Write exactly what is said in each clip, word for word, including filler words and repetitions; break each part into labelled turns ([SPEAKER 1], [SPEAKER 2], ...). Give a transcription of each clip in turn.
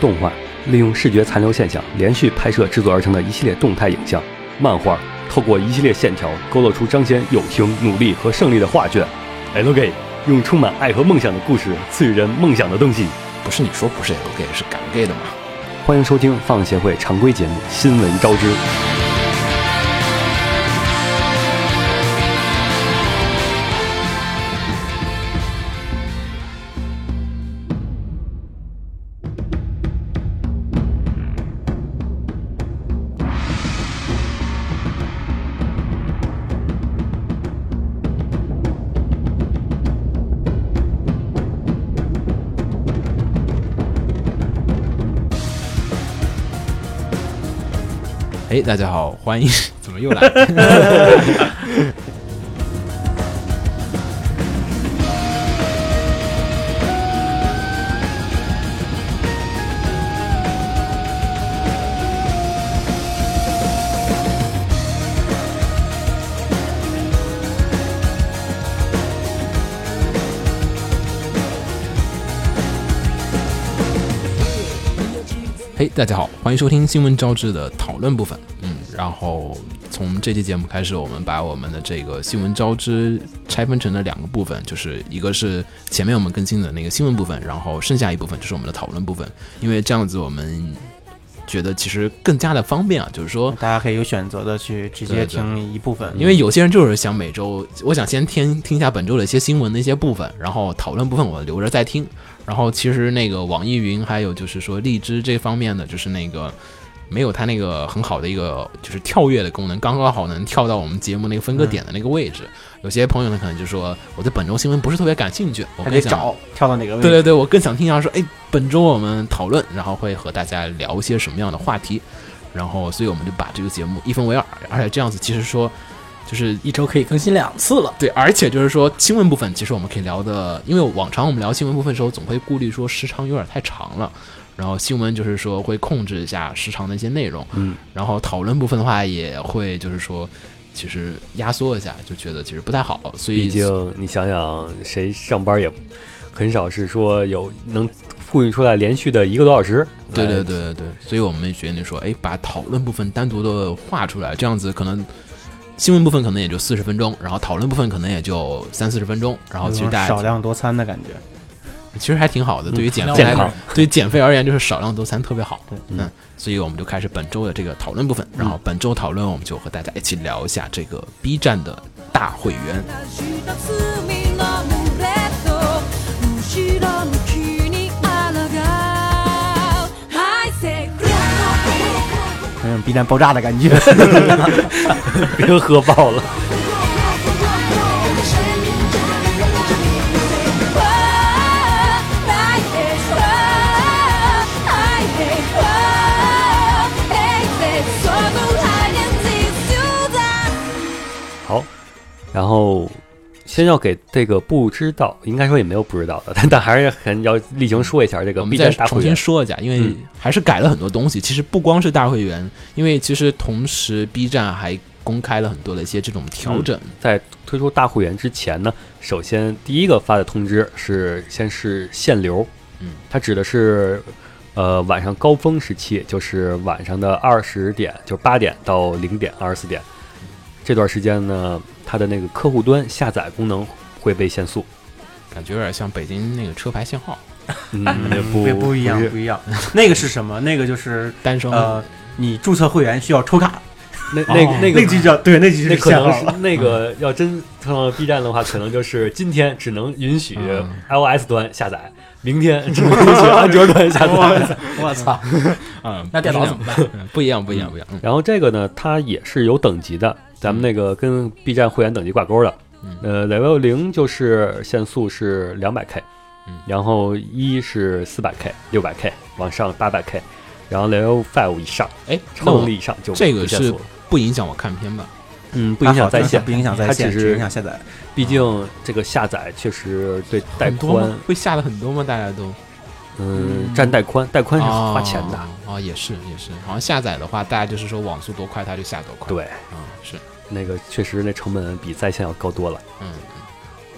[SPEAKER 1] 动画，利用视觉残留现象连续拍摄制作而成的一系列动态影像漫画，透过一系列线条勾勒出彰显友情、努力和胜利的画卷。L G 用充满爱和梦想的故事赐予人梦想的东西。
[SPEAKER 2] 不是你说不是 L G 是敢 G 的吗？
[SPEAKER 1] 欢迎收听放协会常规节目《新闻招之》。
[SPEAKER 2] 哎，大家好，欢迎！怎么又来了？嘿，大家好，欢迎收听新闻招致的讨论部分。嗯，然后从这期节目开始，我们把我们的这个新闻招致拆分成了两个部分，就是一个是前面我们更新的那个新闻部分，然后剩下一部分就是我们的讨论部分。因为这样子我们觉得其实更加的方便啊，就是说
[SPEAKER 3] 大家可以有选择的去直接听一部分，
[SPEAKER 2] 因为有些人就是想每周，我想先听听一下本周的一些新闻的一些部分，然后讨论部分我留着再听。然后其实那个网易云还有就是说荔枝这方面的，就是那个没有它那个很好的一个就是跳跃的功能，刚刚好能跳到我们节目那个分割点的那个位置。嗯、有些朋友呢可能就说我对本周新闻不是特别感兴趣，我
[SPEAKER 3] 可以找跳到哪个位置？
[SPEAKER 2] 对对对，我更想听一下说，哎，本周我们讨论，然后会和大家聊一些什么样的话题。然后所以我们就把这个节目一分为二，而且这样子其实说。就是
[SPEAKER 3] 一周可以更新两次了，
[SPEAKER 2] 对，而且就是说新闻部分，其实我们可以聊的，因为往常我们聊新闻部分的时候，总会顾虑说时长有点太长了，然后新闻就是说会控制一下时长的一些内容，嗯，然后讨论部分的话也会就是说，其实压缩一下，就觉得其实不太好，所以
[SPEAKER 1] 毕竟你想想，谁上班也很少是说有能复印出来连续的一个多小时，
[SPEAKER 2] 对对对对对，所以我们决定说，哎，把讨论部分单独的画出来，这样子可能。新闻部分可能也就四十分钟，然后讨论部分可能也就三四十分钟，然后其实大家
[SPEAKER 3] 少量多餐的感觉，
[SPEAKER 2] 其实还挺好的。对于减肥来，对于减肥而言，就是少量多餐特别好。对，嗯，所以我们就开始本周的这个讨论部分，然后本周讨论我们就和大家一起聊一下这个 B 站的大会员。
[SPEAKER 3] 那种 B 站爆炸的感觉，
[SPEAKER 1] 别喝爆了。好，然后先要给这个不知道，应该说也没有不知道的，但但还是很要例行说一下这个 B 站大会员。
[SPEAKER 2] 重新说一下，因为还是改了很多东西。嗯、其实不光是大会员，因为其实同时 B 站还公开了很多的一些这种调整。嗯、
[SPEAKER 1] 在推出大会员之前呢，首先第一个发的通知是先是限流，嗯，它指的是呃晚上高峰时期，就是晚上的二十点，就是八点到零点二十四点。这段时间呢，它的那个客户端下载功能会被限速，
[SPEAKER 2] 感觉有点像北京那个车牌限号。
[SPEAKER 1] 嗯，不
[SPEAKER 3] 不不一样，不一样。那个是什么？那个就是
[SPEAKER 2] 单双
[SPEAKER 3] 呃，你注册会员需要抽卡。
[SPEAKER 1] 那那
[SPEAKER 3] 哦、
[SPEAKER 1] 那个
[SPEAKER 3] 那就叫对，那就是
[SPEAKER 1] 可能是那个要真碰到 B 站的话，可能就是今天只能允许 iOS 端下载。明天只能允许安卓端下载。
[SPEAKER 3] 我操！
[SPEAKER 2] 嗯，
[SPEAKER 3] 那电脑怎么办？
[SPEAKER 2] 不一样，不一样，不一样。
[SPEAKER 1] 嗯、然后这个呢，它也是有等级的，咱们那个跟 B 站会员等级挂钩的。嗯、呃 ，level 零就是限速是两百 K，嗯，然后一是四百 K、六百 K， 往上八百 K， 然后 level 五以上，
[SPEAKER 2] 哎，
[SPEAKER 1] 超能力以上就
[SPEAKER 2] 这个是不影响我看片吧？
[SPEAKER 1] 嗯，不影响在线，
[SPEAKER 3] 不影响在线，
[SPEAKER 1] 它只是
[SPEAKER 3] 影响下载。
[SPEAKER 1] 毕竟这个下载确实对带宽
[SPEAKER 2] 会下的很多吗？大家都
[SPEAKER 1] 嗯，占带宽，带宽是花钱的
[SPEAKER 2] 啊、哦哦，也是也是，好像下载的话，大家就是说网速多快，它就下多快。
[SPEAKER 1] 对，
[SPEAKER 2] 嗯，是
[SPEAKER 1] 那个确实那成本比在线要高多了。
[SPEAKER 2] 嗯，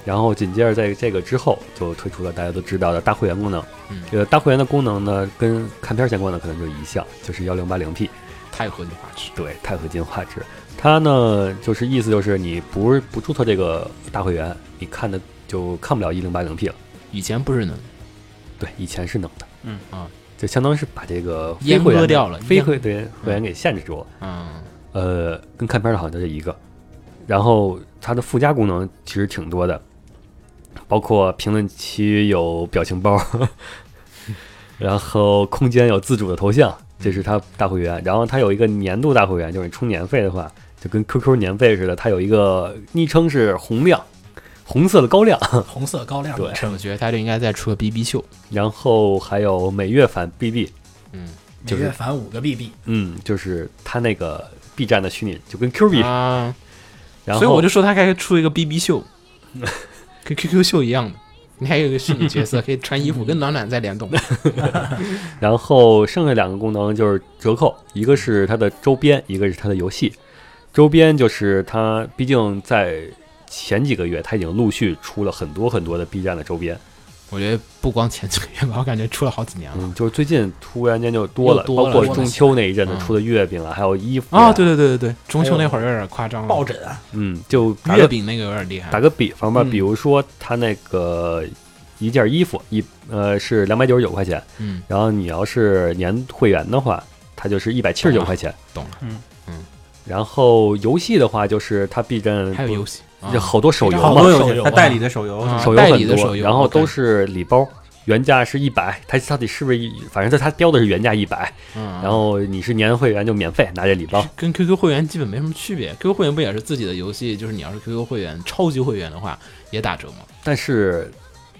[SPEAKER 1] 然后紧接着在这个之后就推出了大家都知道的大会员功能。
[SPEAKER 2] 嗯，
[SPEAKER 1] 这个大会员的功能呢，跟看片相关的可能就一项，就是幺零八零 P，
[SPEAKER 2] 钛合金画质。
[SPEAKER 1] 对，钛合金画质。它呢，就是意思就是你不是不注册这个大会员，你看的就看不了一零八零 P 了。
[SPEAKER 2] 以前不是能，
[SPEAKER 1] 对，以前是能的。
[SPEAKER 3] 嗯
[SPEAKER 2] 啊，
[SPEAKER 1] 就相当于是把这个
[SPEAKER 2] 阉
[SPEAKER 1] 非会员
[SPEAKER 2] 割掉了，
[SPEAKER 1] 非会员会员给限制住了。
[SPEAKER 2] 嗯，
[SPEAKER 1] 呃，跟看片的好像就这一个。然后它的附加功能其实挺多的，包括评论区有表情包，然后空间有自主的头像，这是它大会员。然后它有一个年度大会员，就是你充年费的话，就跟 Q Q 年费似的，它有一个昵称是红亮，红色的高亮，
[SPEAKER 4] 红色高亮
[SPEAKER 1] 对
[SPEAKER 4] 昵称
[SPEAKER 2] 我觉得它就应该再出个 B B 秀。
[SPEAKER 1] 然后还有每月返 B B，
[SPEAKER 2] 嗯，
[SPEAKER 1] 就是
[SPEAKER 4] 每月返五个 B B，
[SPEAKER 1] 嗯，就是它那个 B 站的虚拟，就跟 Q 币，
[SPEAKER 2] 啊，
[SPEAKER 1] 然后
[SPEAKER 2] 所以我就说它该出一个 B B 秀，跟 Q Q 秀一样的。你还有一个虚拟角色可以穿衣服，跟暖暖在联动。
[SPEAKER 1] 然后剩下两个功能就是折扣，一个是它的周边，一个是它的游戏。周边就是它，毕竟在前几个月，它已经陆续出了很多很多的 B 站的周边。
[SPEAKER 2] 我觉得不光前几个月吧，我感觉出了好几年了。
[SPEAKER 1] 嗯，就是最近突然间就多了，
[SPEAKER 2] 又多了
[SPEAKER 1] 包括中秋那一阵子
[SPEAKER 2] 嗯
[SPEAKER 1] 出的月饼啊，还有衣服
[SPEAKER 2] 啊，对对对对对，中秋那会儿有点夸张了。
[SPEAKER 4] 抱枕啊，
[SPEAKER 1] 嗯，就打个
[SPEAKER 2] 月饼那个有点厉害。
[SPEAKER 1] 打个比方吧，
[SPEAKER 4] 嗯
[SPEAKER 1] 比如说它那个一件衣服一呃是两百九十九块钱，
[SPEAKER 2] 嗯，
[SPEAKER 1] 然后你要是年会员的话，它就是一百七十九块钱。
[SPEAKER 2] 懂了。
[SPEAKER 3] 嗯
[SPEAKER 2] 嗯。
[SPEAKER 1] 然后游戏的话，就是它 B 站
[SPEAKER 2] 还有游戏，
[SPEAKER 1] 就好多手游
[SPEAKER 3] 好
[SPEAKER 1] 嘛，
[SPEAKER 3] 多游戏，
[SPEAKER 4] 手游啊
[SPEAKER 3] 他代理的手游，
[SPEAKER 2] 啊
[SPEAKER 1] 手游
[SPEAKER 2] 代理
[SPEAKER 1] 很多，
[SPEAKER 2] 的手游
[SPEAKER 1] 然后
[SPEAKER 2] OK
[SPEAKER 1] 都是礼包，原价是一百，它到底是不是一？反正它它标的是原价一百，
[SPEAKER 2] 嗯，
[SPEAKER 1] 然后你是年会员就免费拿这礼包。
[SPEAKER 2] 跟 Q Q 会员基本没什么区别。Q Q 会员不也是自己的游戏？就是你要是 Q Q 会员、超级会员的话，也打折吗？
[SPEAKER 1] 但是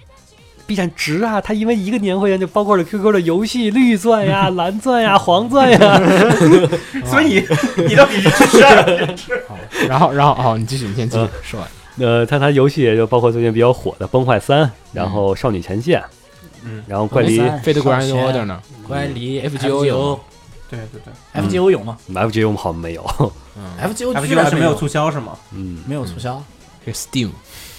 [SPEAKER 1] B 站值啊，它因为一个年会员就包括了 Q Q 的游戏绿钻呀、蓝钻呀、黄钻呀。
[SPEAKER 3] 所以你到底是支持二？
[SPEAKER 2] 好，然后然后哦，你继续，你先继续说完。
[SPEAKER 1] 呃，它它游戏也就包括最近比较火的《崩坏三》，然后《少女前线》，
[SPEAKER 3] 嗯，
[SPEAKER 1] 然后怪离
[SPEAKER 4] 三
[SPEAKER 2] Fate Grand
[SPEAKER 4] 上
[SPEAKER 2] Order
[SPEAKER 4] 线
[SPEAKER 2] 呢？
[SPEAKER 4] 乖离
[SPEAKER 2] F G O 有吗
[SPEAKER 3] 对对对
[SPEAKER 4] F G O 有吗
[SPEAKER 1] F G O 好像没有。
[SPEAKER 2] 嗯
[SPEAKER 4] ？F G O
[SPEAKER 3] ，F
[SPEAKER 4] 居
[SPEAKER 3] G
[SPEAKER 4] 然
[SPEAKER 3] O 是没有促销是吗？
[SPEAKER 1] 嗯，
[SPEAKER 4] 没有促销，
[SPEAKER 2] 这 Steam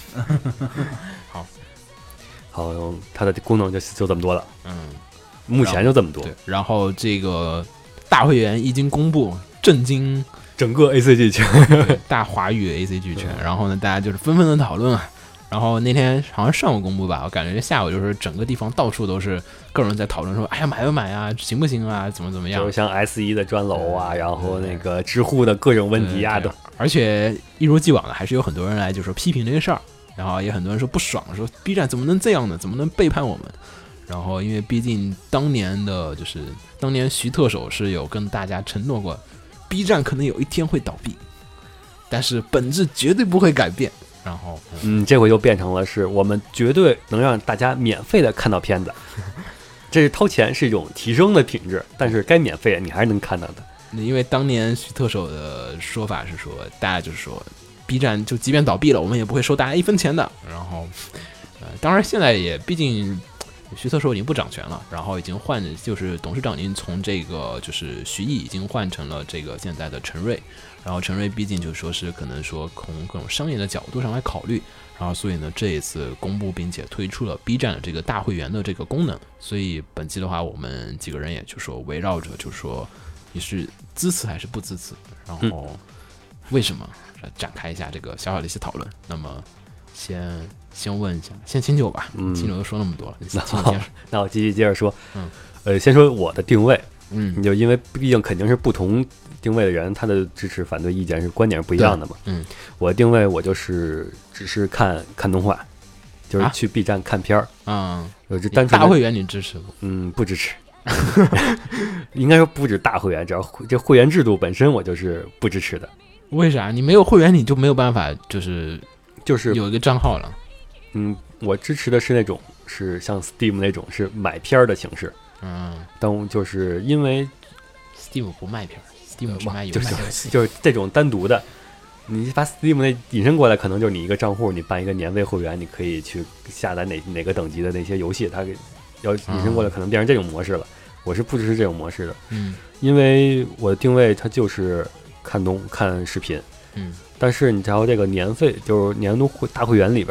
[SPEAKER 1] 好，它的功能就就这么多了，
[SPEAKER 2] 嗯，
[SPEAKER 1] 目前就这么多
[SPEAKER 2] 对。。然后这个大会员一经公布，震惊
[SPEAKER 1] 整个 A C G 圈，
[SPEAKER 2] 对大华语 A C G 圈。然后呢，大家就是纷纷的讨论啊。然后那天好像上午公布吧，我感觉下午就是整个地方到处都是各种人在讨论说，哎呀买不买啊，行不行啊，怎么怎么样
[SPEAKER 1] 就是。像 S 一的砖楼啊，
[SPEAKER 2] 对
[SPEAKER 1] 然后那个知乎的各种问题啊，都
[SPEAKER 2] 对对而且一如既往的，还是有很多人来就说批评这个事儿，然后也很多人说不爽，说 B 站怎么能这样呢？怎么能背叛我们？然后因为毕竟当年的就是当年徐特首是有跟大家承诺过 ，B 站可能有一天会倒闭，但是本质绝对不会改变。然后，
[SPEAKER 1] 嗯，这回就变成了是我们绝对能让大家免费的看到片子，这是掏钱是一种提升的品质，但是该免费你还是能看到的。
[SPEAKER 2] 因为当年徐特首的说法是说，大家就是说 B 站就即便倒闭了，我们也不会收大家一分钱的。然后，呃，当然现在也毕竟徐特首已经不掌权了，然后已经换就是董事长已经从这个就是徐毅已经换成了这个现在的陈瑞。然后陈瑞毕竟就说是可能说从各种商业的角度上来考虑，然后所以呢这一次公布并且推出了 B 站的这个大会员的这个功能，所以本期的话我们几个人也就说围绕着就说你是支持还是不支持，然后为什么展开一下这个小小的一些讨论。那么先先问一下，先清酒吧，
[SPEAKER 1] 嗯
[SPEAKER 2] 清酒都说那么多了，你清
[SPEAKER 1] 那
[SPEAKER 2] 酒先说。
[SPEAKER 1] 那我继续接着说，
[SPEAKER 2] 嗯，
[SPEAKER 1] 呃，先说我的定位，
[SPEAKER 2] 嗯
[SPEAKER 1] 你就因为毕竟肯定是不同定位的人，他的支持反对意见是观点是不一样的嘛。
[SPEAKER 2] 嗯，
[SPEAKER 1] 我定位我就是只是看看动画，就是
[SPEAKER 2] 啊
[SPEAKER 1] 去 B 站看片儿，
[SPEAKER 2] 嗯，
[SPEAKER 1] 我就单纯的
[SPEAKER 2] 大会员你支持不？
[SPEAKER 1] 嗯不支持。应该说不止大会员，只要会这会员制度本身我就是不支持的，
[SPEAKER 2] 为啥？你没有会员你就没有办法就是
[SPEAKER 1] 就是
[SPEAKER 2] 有一个账号了？
[SPEAKER 1] 嗯，我支持的是那种是像 Steam 那种是买片儿的形式，
[SPEAKER 2] 嗯
[SPEAKER 1] 但我就是因为
[SPEAKER 2] ，Steam 不卖片儿，Steam 是卖游戏
[SPEAKER 1] 就是。
[SPEAKER 4] 游戏
[SPEAKER 1] 就是这种单独的，你把 Steam 那引申过来，可能就是你一个账户，你办一个年费会员，你可以去下载哪哪个等级的那些游戏，它给要引申过来，可能变成这种模式了。我是不支持这种模式的，
[SPEAKER 2] 嗯
[SPEAKER 1] 因为我的定位它就是看动看视频，
[SPEAKER 2] 嗯
[SPEAKER 1] 但是你瞧这个年费，就是年度会大会员里边，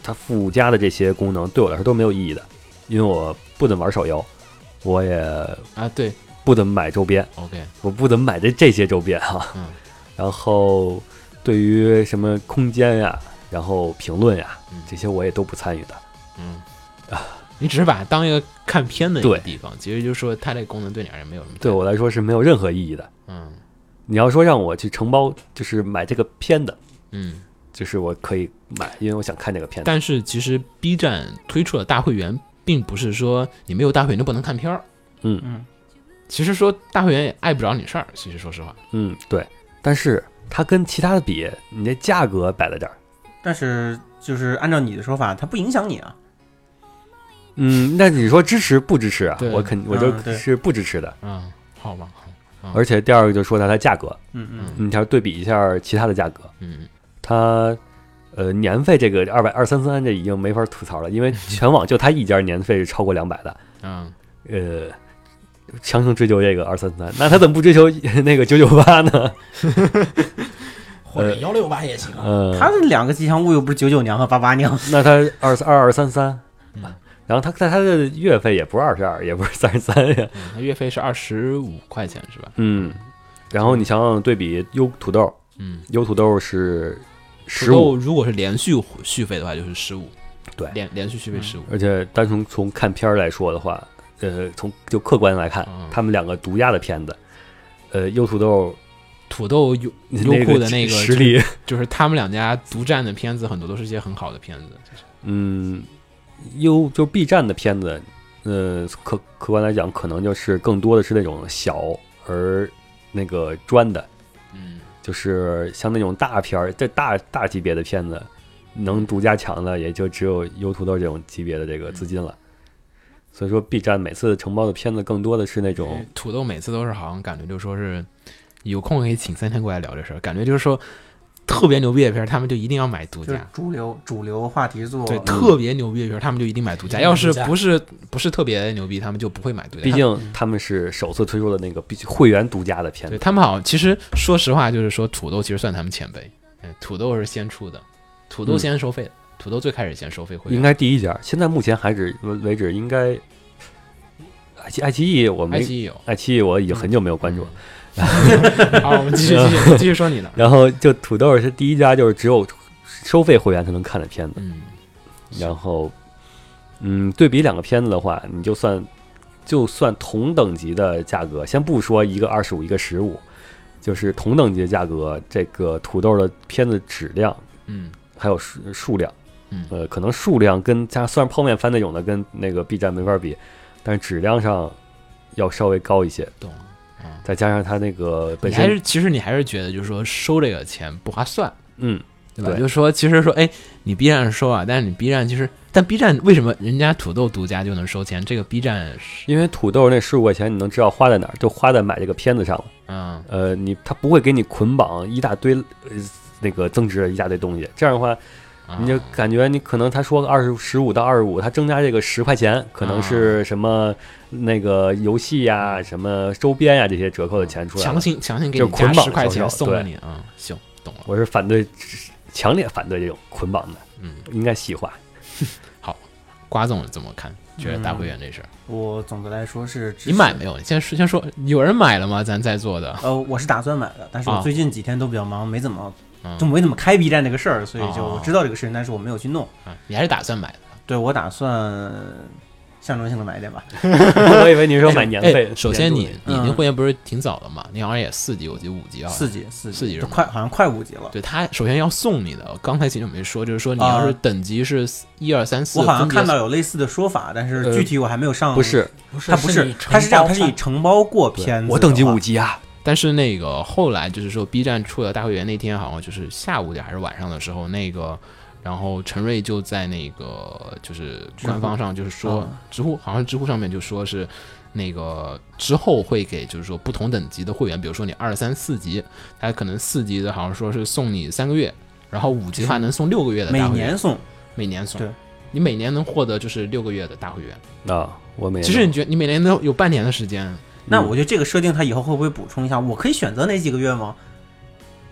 [SPEAKER 1] 它附加的这些功能对我来说都没有意义的，因为我不怎么玩手游，我也
[SPEAKER 2] 啊对
[SPEAKER 1] 不怎么买周边
[SPEAKER 2] ，OK，
[SPEAKER 1] 我不怎么买这这些周边哈、啊。
[SPEAKER 2] 嗯，
[SPEAKER 1] 然后对于什么空间呀，然后评论呀，
[SPEAKER 2] 嗯
[SPEAKER 1] 这些我也都不参与的。
[SPEAKER 2] 嗯啊，你只是把它当一个看片的一个
[SPEAKER 1] 对
[SPEAKER 2] 地方，其实就是说它这个功能对你而言没有什么。
[SPEAKER 1] 对我来说是没有任何意义的。
[SPEAKER 2] 嗯
[SPEAKER 1] 你要说让我去承包，就是买这个片的，
[SPEAKER 2] 嗯，
[SPEAKER 1] 就是我可以买，因为我想看这个片子。
[SPEAKER 2] 但是其实 B 站推出了大会员，并不是说你没有大会员就不能看片儿。
[SPEAKER 1] 嗯
[SPEAKER 3] 嗯，
[SPEAKER 2] 其实说大会员也碍不着你事儿，其实说实话。
[SPEAKER 1] 嗯，对。但是它跟其他的比，你这价格摆在这儿。
[SPEAKER 3] 但是就是按照你的说法，它不影响你啊。
[SPEAKER 1] 嗯，那你说支持不支持啊？
[SPEAKER 2] 对
[SPEAKER 1] 我肯我就
[SPEAKER 3] 嗯对
[SPEAKER 1] 是不支持的。
[SPEAKER 2] 嗯，好吧，好。嗯
[SPEAKER 1] 而且第二个就说它的价格，
[SPEAKER 3] 嗯嗯，
[SPEAKER 1] 你要对比一下其他的价格，
[SPEAKER 2] 嗯
[SPEAKER 1] 它呃年费这个二百二三三这已经没法吐槽了，因为全网就它一家年费是超过两百的，
[SPEAKER 2] 嗯，
[SPEAKER 1] 呃，强行追求这个二三三，那他怎么不追求那个九九八呢？
[SPEAKER 4] 或者幺六八也行啊。
[SPEAKER 1] 呃，
[SPEAKER 3] 它这两个吉祥物又不是九九娘和八八娘。
[SPEAKER 1] 那他二二二三三，
[SPEAKER 2] 嗯
[SPEAKER 1] 然后他在他的月费也不是二十二，也不是三十三呀，
[SPEAKER 2] 嗯，它月费是二十五块钱是吧？
[SPEAKER 1] 嗯，然后你想想对比优土豆，
[SPEAKER 2] 嗯，
[SPEAKER 1] 优土豆是
[SPEAKER 2] 土
[SPEAKER 1] 十五，
[SPEAKER 2] 豆如果是连续续费的话，就是十五，
[SPEAKER 1] 对
[SPEAKER 2] 连连续续费十五。
[SPEAKER 1] 而且单从从看片儿来说的话，呃，从就客观来看，
[SPEAKER 2] 嗯
[SPEAKER 1] 他们两个独家的片子，呃，优土豆
[SPEAKER 2] 土豆优优
[SPEAKER 1] 那
[SPEAKER 2] 酷的那个
[SPEAKER 1] 实力，
[SPEAKER 2] 就是他们两家独占的片子，很多都是一些很好的片子。就是
[SPEAKER 1] 嗯，优就 B 站的片子，呃，客客观来讲，可能就是更多的是那种小而那个专的，
[SPEAKER 2] 嗯，
[SPEAKER 1] 就是像那种大片儿，这大大级别的片子，能独家抢的也就只有优土豆这种级别的这个资金了。所以说 B 站每次承包的片子更多的是那种，
[SPEAKER 2] 土豆每次都是好像感觉就说是有空可以请三天过来聊这事儿，感觉就是说特别牛逼的片儿，他们就一定要买独
[SPEAKER 3] 就是
[SPEAKER 2] 家。
[SPEAKER 3] 主流主流话题作，
[SPEAKER 2] 对，特别牛逼的片儿，他们就一定买独家。
[SPEAKER 4] 嗯
[SPEAKER 2] 要是
[SPEAKER 4] 独家
[SPEAKER 2] 不是不是特别牛逼，他们就不会买独家。
[SPEAKER 1] 毕竟他们是首次推出的那个必须会员独家的片子。
[SPEAKER 2] 对他们好像其实说实话，就是说土豆其实算他们前辈，嗯，土豆是先出的，土豆先收费的，土豆最开始先收费会员。
[SPEAKER 1] 应该第一家，现在目前还止为止，应该爱奇爱奇艺我没
[SPEAKER 2] 爱奇艺有
[SPEAKER 1] 爱奇艺我已经很久没有关注了。
[SPEAKER 2] 好，我们继续继续继续说你的。
[SPEAKER 1] 然后就土豆是第一家，就是只有收费会员才能看的片子。
[SPEAKER 2] 嗯，
[SPEAKER 1] 然后，嗯，对比两个片子的话，你就算就算同等级的价格，先不说一个二十五，一个十五，就是同等级的价格，这个土豆的片子质量
[SPEAKER 2] 嗯
[SPEAKER 1] 还有数数量，
[SPEAKER 2] 嗯
[SPEAKER 1] 呃，可能数量跟加虽然泡面番那种的跟那个 B 站没法比，但是质量上要稍微高一些。
[SPEAKER 2] 懂了。嗯，
[SPEAKER 1] 再加上它那个本
[SPEAKER 2] 你还
[SPEAKER 1] 身，
[SPEAKER 2] 是其实你还是觉得就是说收这个钱不划算，
[SPEAKER 1] 嗯，
[SPEAKER 2] 对吧？
[SPEAKER 1] 对
[SPEAKER 2] 就是说其实说哎，你 B 站收啊，但是你 B 站其实，但 B 站为什么人家土豆独家就能收钱？这个 B 站是
[SPEAKER 1] 因为土豆那十五块钱，你能知道花在哪儿，就花在买这个片子上了。
[SPEAKER 2] 嗯
[SPEAKER 1] 呃，你他不会给你捆绑一大堆呃那个增值的一大堆东西，这样的话，
[SPEAKER 2] 啊
[SPEAKER 1] 你就感觉你可能他说二十十五到二十五，他增加这个十块钱，可能是什么那个游戏呀、什么周边呀、这些折扣的钱出来了。
[SPEAKER 2] 强行强行给
[SPEAKER 1] 就
[SPEAKER 2] 你
[SPEAKER 1] 是捆绑销
[SPEAKER 2] 加十块钱
[SPEAKER 1] 售对
[SPEAKER 2] 送给你啊、嗯，行，懂了。
[SPEAKER 1] 我是反对，强烈反对这种捆绑的，
[SPEAKER 2] 嗯，
[SPEAKER 1] 应该细化。
[SPEAKER 2] 瓜总怎么看？觉得大会员这事儿，
[SPEAKER 3] 我总的来说是支持
[SPEAKER 2] 你买没有？你先说先说，有人买了吗？咱在座的，
[SPEAKER 3] 呃，我是打算买的，但是
[SPEAKER 2] 啊
[SPEAKER 3] 我最近几天都比较忙，没怎么
[SPEAKER 2] 嗯
[SPEAKER 3] 就没怎么开 B 站这个事儿，所以就
[SPEAKER 2] 哦
[SPEAKER 3] 我知道这个事情，但是我没有去弄。
[SPEAKER 2] 啊，你还是打算买的？
[SPEAKER 3] 对，我打算象征性的买一点吧。
[SPEAKER 1] 我以为你说买年费
[SPEAKER 2] 哎，首先你
[SPEAKER 1] 年度
[SPEAKER 2] 你
[SPEAKER 3] 嗯
[SPEAKER 2] 那会员不是挺早的嘛？你好像也四级，我记得五级啊。
[SPEAKER 3] 四级，四
[SPEAKER 2] 四级是吗
[SPEAKER 3] 都快，好像快五级了。
[SPEAKER 2] 对他首先要送你的，刚才其实没说，就是说你要是
[SPEAKER 3] 啊
[SPEAKER 2] 等级是一二三四，
[SPEAKER 3] 我好像
[SPEAKER 2] 分别
[SPEAKER 3] 看到有类似的说法，但是
[SPEAKER 1] 呃
[SPEAKER 3] 具体我还没有上。
[SPEAKER 1] 不，是，
[SPEAKER 4] 不是，
[SPEAKER 3] 它不是
[SPEAKER 4] 你，
[SPEAKER 3] 它是这样，它是
[SPEAKER 4] 承包
[SPEAKER 3] 你承包过
[SPEAKER 1] 对
[SPEAKER 3] 片子。
[SPEAKER 1] 我等级五。级啊，
[SPEAKER 2] 但是那个后来就是说 B 站出了大会员那天，好像就是下午点还是晚上的时候，那个然后陈瑞就在那个就是官方上就是说，
[SPEAKER 3] 嗯
[SPEAKER 2] 知乎好像知乎上面就说是那个之后会给就是说不同等级的会员，比如说你二三四级，他可能四级的好像说是送你三个月，然后五级的话能送六个月的
[SPEAKER 3] 每
[SPEAKER 2] 大会员，
[SPEAKER 3] 年送。
[SPEAKER 2] 每年送
[SPEAKER 3] 对，
[SPEAKER 2] 你每年能获得就是六个月的大会员。
[SPEAKER 1] 啊，我每
[SPEAKER 2] 其实你觉得你每年都有半年的时间，
[SPEAKER 3] 那我觉得这个设定它以后会不会补充一下？我可以选择哪几个月吗？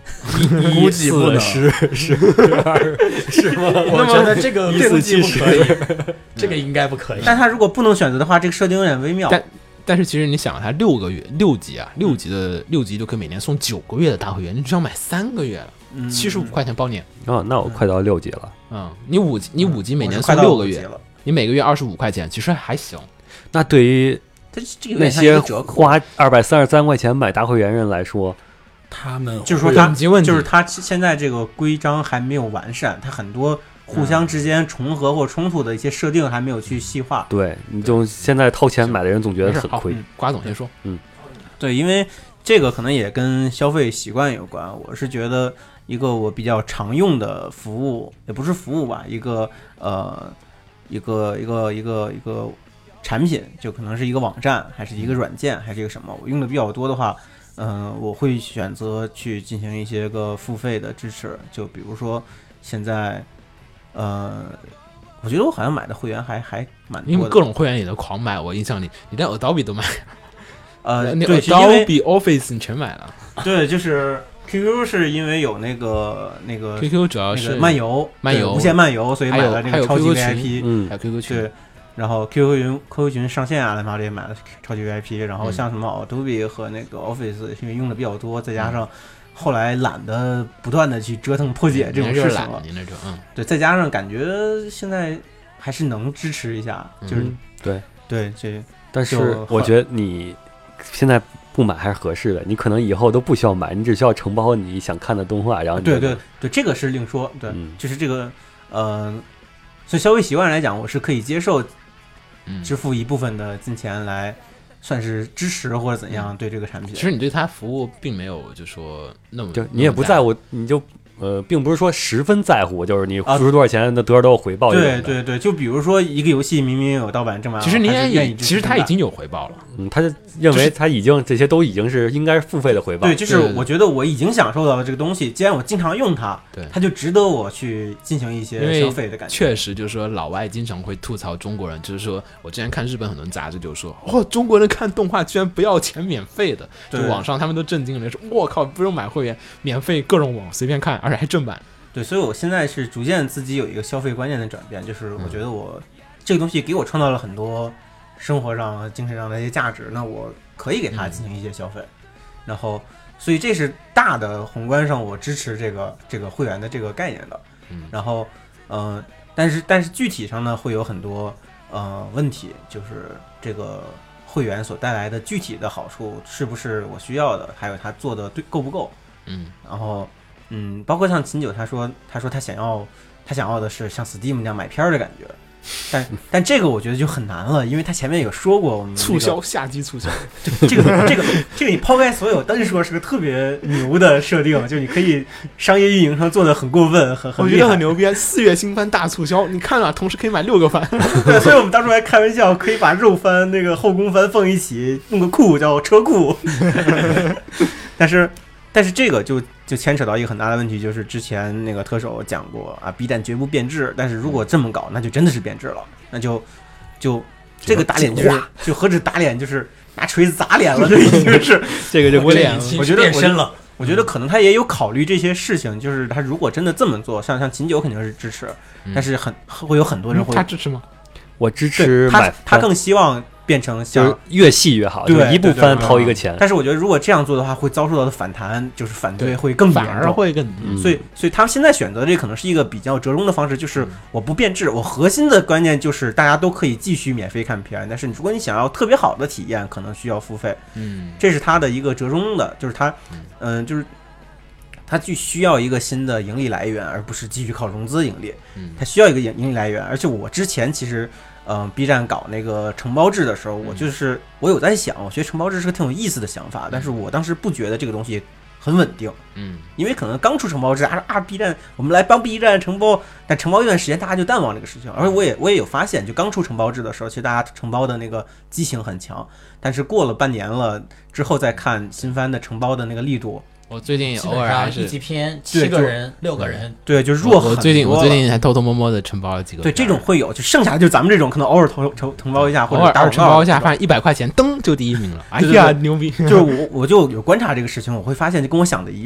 [SPEAKER 4] 估计不能
[SPEAKER 1] 十十二是吗？
[SPEAKER 4] 我觉得这个
[SPEAKER 1] 一四七
[SPEAKER 4] 不可以，这个应该不可以。
[SPEAKER 3] 但他如果不能选择的话，这个设定有点微妙。
[SPEAKER 2] 但但是其实你想，它六个月六级啊，六级的六级就可以每年送九个月的大会员，你只要买三个月了，七十五块钱包年。
[SPEAKER 1] 哦，那我快到六级了。
[SPEAKER 2] 嗯，你五级你五级每年送六个月，你每个月二十五块钱，其实还行。
[SPEAKER 1] 那对于那些花二百三十三块钱买大会员人来说，
[SPEAKER 4] 他们
[SPEAKER 3] 就是说他就是他现在这个规章还没有完善，他很多互相之间重合或冲突的一些设定还没有去细化。
[SPEAKER 1] 对，你就现在掏钱买的人总觉得很亏。
[SPEAKER 2] 瓜总先说，
[SPEAKER 1] 嗯，
[SPEAKER 3] 对，因为这个可能也跟消费习惯有关。我是觉得一个我比较常用的服务，也不是服务吧，一个呃，一个一个一个一个产品，就可能是一个网站，还是一个软件，还是一个什么，我用的比较多的话。嗯、呃，我会选择去进行一些个付费的支持，就比如说现在，呃，我觉得我好像买的会员还还蛮多的，
[SPEAKER 2] 因为各种会员你都狂买，我印象里你连 Adobe 都买，
[SPEAKER 3] 呃，
[SPEAKER 2] 那
[SPEAKER 3] 对
[SPEAKER 2] ，Adobe Office 你全买了，
[SPEAKER 3] 对，就是 Q Q 是因为有那个那个
[SPEAKER 2] Q Q 主要是、
[SPEAKER 3] 那个、漫游
[SPEAKER 2] 漫游
[SPEAKER 3] 无限漫游，所以买了这个超级 V I P，
[SPEAKER 1] 嗯，
[SPEAKER 2] 还有 Q Q 群。
[SPEAKER 3] 对，然后 Q Q 群 Q Q 群上线啊，他妈这也买了超级 V I P， 然后像什么 Adobe 和那个 Office 因为用的比较多，再加上后来懒得不断的去折腾破解这种事情了，
[SPEAKER 2] 您那种嗯，
[SPEAKER 3] 对，再加上感觉现在还是能支持一下，就是、
[SPEAKER 1] 嗯、对
[SPEAKER 3] 对这，
[SPEAKER 1] 但是我觉得你现在不买还是合适的，你可能以后都不需要买，你只需要承包你想看的动画，然后
[SPEAKER 3] 对对对，这个是另说，对，嗯、就是这个呃，所以消费习惯来讲，我是可以接受。支付一部分的金钱来算是支持或者怎样对这个产品。
[SPEAKER 2] 其实你对它服务并没有就说那么，
[SPEAKER 1] 就你也不在乎，你就呃，并不是说十分在乎，就是你付出多少钱，那、啊、得到多少回报。
[SPEAKER 3] 对对对，就比如说一个游戏明明有盗版正版，
[SPEAKER 2] 其实你也
[SPEAKER 3] 愿意，
[SPEAKER 2] 其实他已经有回报了。
[SPEAKER 1] 嗯，他就认为他已经、就是、这些都已经是应该是付费的回报。
[SPEAKER 3] 对，就是我觉得我已经享受到了这个东西，既然我经常用它，
[SPEAKER 2] 对，
[SPEAKER 3] 它就值得我去进行一些消费的感觉。
[SPEAKER 2] 确实，就是说老外经常会吐槽中国人，就是说我之前看日本很多杂志，就说哦，中国人看动画居然不要钱，免费的。就网上他们都震惊了，说我靠，不用买会员，免费各种网随便看，而且还正版。
[SPEAKER 3] 对，所以我现在是逐渐自己有一个消费观念的转变，就是我觉得我、嗯、这个东西给我创造了很多生活上、精神上的一些价值，那我可以给它进行一些消费。嗯、然后，所以这是大的宏观上我支持这个这个会员的这个概念的。
[SPEAKER 2] 嗯，
[SPEAKER 3] 然后，嗯、呃，但是但是具体上呢会有很多呃问题，就是这个会员所带来的具体的好处是不是我需要的，还有他做的对够不够。
[SPEAKER 2] 嗯，
[SPEAKER 3] 然后。嗯，包括像秦九，他说，他说他想要，他想要的是像 Steam 那样买片的感觉，但但这个我觉得就很难了，因为他前面有说过，我们、这个、
[SPEAKER 2] 促销夏季促销，
[SPEAKER 3] 这个这个这个你抛开所有，单说是个特别牛的设定，就你可以商业运营上做的很过分，很很
[SPEAKER 2] 我觉得很牛逼。四月新番大促销，你看了，同时可以买六个番。
[SPEAKER 3] 对，所以我们当初还开玩笑，可以把肉番那个后宫番放一起，弄个库叫车库。但是。但是这个就就牵扯到一个很大的问题，就是之前那个特首讲过啊 ，B 站绝不变质。但是如果这么搞，那就真的是变质了，那就就这个打脸就是就何止打脸，就是拿锤子砸脸了，这已经是
[SPEAKER 1] 这个就不脸。
[SPEAKER 3] 我觉得
[SPEAKER 4] 变身了。
[SPEAKER 3] 我觉得可能他也有考虑这些事情，就是他如果真的这么做，像像秦九肯定是支持，但是很会有很多人会、
[SPEAKER 2] 嗯、他支持吗？
[SPEAKER 1] 我支持买，
[SPEAKER 3] 他他更希望。变成像、
[SPEAKER 1] 就是、越细越好，对，一部番掏一个钱。
[SPEAKER 3] 但是我觉得如果这样做的话，会遭受到的反弹就是反对会更严重，
[SPEAKER 2] 反而会更、
[SPEAKER 3] 嗯。所以，所以他现在选择的这可能是一个比较折中的方式，就是我不变质，我核心的观念就是大家都可以继续免费看片，但是如果你想要特别好的体验，可能需要付费。
[SPEAKER 2] 嗯，
[SPEAKER 3] 这是他的一个折中的，就是他，嗯、呃，就是他就需要一个新的盈利来源，而不是继续靠融资盈利。
[SPEAKER 2] 嗯，
[SPEAKER 3] 他需要一个盈利来源，而且我之前其实。嗯 ，B 站搞那个承包制的时候，我就是我有在想，我觉得承包制是个挺有意思的想法，但是我当时不觉得这个东西很稳定，
[SPEAKER 2] 嗯，因
[SPEAKER 3] 为可能刚出承包制啊啊 ，B 站我们来帮 B 站承包，但承包一段时间大家就淡忘这个事情，而我也我也有发现，就刚出承包制的时候，其实大家承包的那个激情很强，但是过了半年了之后再看新番的承包的那个力度。
[SPEAKER 2] 我最近偶尔还是
[SPEAKER 4] 一集片七个人六个人，
[SPEAKER 3] 对，就弱很多。
[SPEAKER 2] 我最近我最近还偷偷摸摸的承包了几个。
[SPEAKER 3] 对，这种会有，就剩下的就咱们这种可能偶尔承承承包一下，或者
[SPEAKER 2] 偶尔承包一下，发现一百块钱，噔就第一名了。哎呀，牛逼！
[SPEAKER 3] 就是我我就有观察这个事情，我会发现就跟我想的一样，